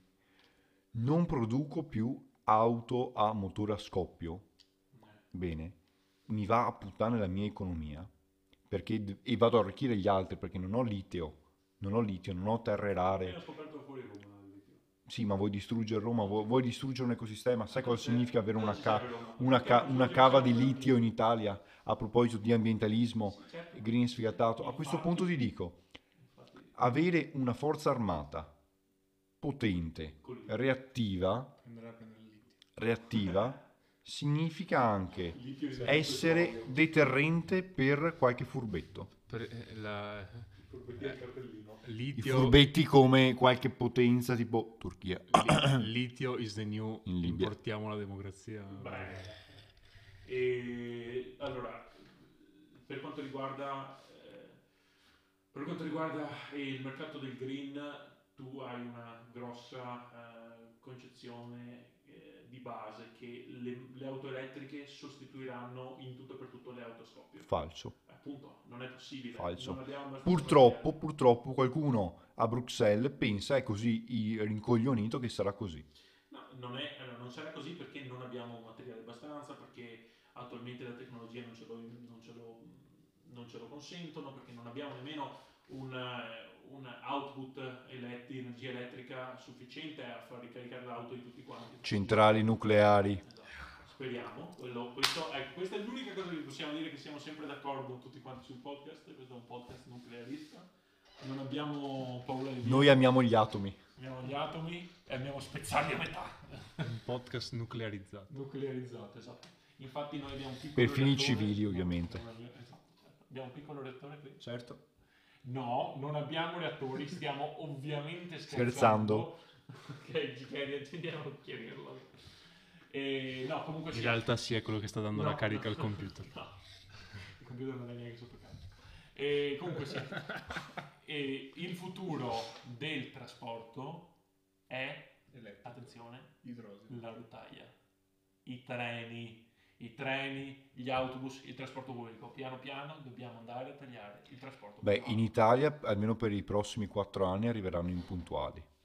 non produco più auto a motore a scoppio, bene, mi va a puttane la mia economia, perché, d- e vado a arricchire gli altri, perché non ho litio, non ho litio, non ho terre rare. Appena scoperto fuori Roma. il litio. Sì, ma vuoi distruggere Roma, vuoi, vuoi distruggere un ecosistema? Sai cosa significa avere una, Cosa ca- serve Roma? una, Perché ca- non una solo cava siamo di quello litio in lì. Italia? A proposito di ambientalismo, Sì, certo. green sfigatato, a questo Infatti- punto ti dico, infatti, avere una forza armata potente, Col- reattiva, Andrà a prendere il litio. reattiva, significa anche il litio è essere petrolio. deterrente per qualche furbetto. Per, eh, la, Furbetti al cartellino. I litio, furbetti come qualche potenza tipo Turchia. li- litio is the new, In Libia. importiamo la democrazia. Beh, e allora, per quanto riguarda eh, per quanto riguarda il mercato del green, tu hai una grossa eh, concezione eh, di base che le, le auto elettriche sostituiranno in tutto e per tutto le auto a scoppio. Falso. Appunto, non è possibile. Falso. Non abbiamo abbastanza Purtroppo, materiale. purtroppo qualcuno a Bruxelles pensa è così i- rincoglionito che sarà così. No, non, è, allora, non sarà così perché non abbiamo materiale abbastanza, perché attualmente la tecnologia non ce lo, non ce lo, non ce lo consentono, perché non abbiamo nemmeno un, eh, un output eletti, energia elettrica sufficiente a far ricaricare l'auto di tutti quanti. Centrali nucleari. Esatto. Speriamo. Quello- questo- ecco, questa è l'unica cosa che possiamo dire, che siamo sempre d'accordo tutti quanti sul podcast. Questo è un podcast nuclearista. Non abbiamo paura di dire. Noi amiamo gli atomi. Amiamo gli atomi e amiamo spezzarli a metà. Un podcast nuclearizzato. Nuclearizzato, esatto. Infatti noi abbiamo un piccolo Per fini reattore- civili, ovviamente. Esatto, certo. Abbiamo un piccolo reattore qui? Certo. No, non abbiamo reattori, stiamo ovviamente Scherzando. scherzando. Ok, Gikeri, tendiamo a chiarirlo. E, no, comunque In sì. realtà sì, è quello che sta dando No, la carica no, al computer. No, il computer non è neanche sotto carica. E comunque sì. E il futuro del trasporto è, Elettrico. attenzione, Idrogeno. la rotaia, i treni, i treni, gli autobus, il trasporto pubblico. Piano piano dobbiamo andare a tagliare il trasporto Beh, pubblico. in Italia, almeno per i prossimi quattro anni, arriveranno impuntuali.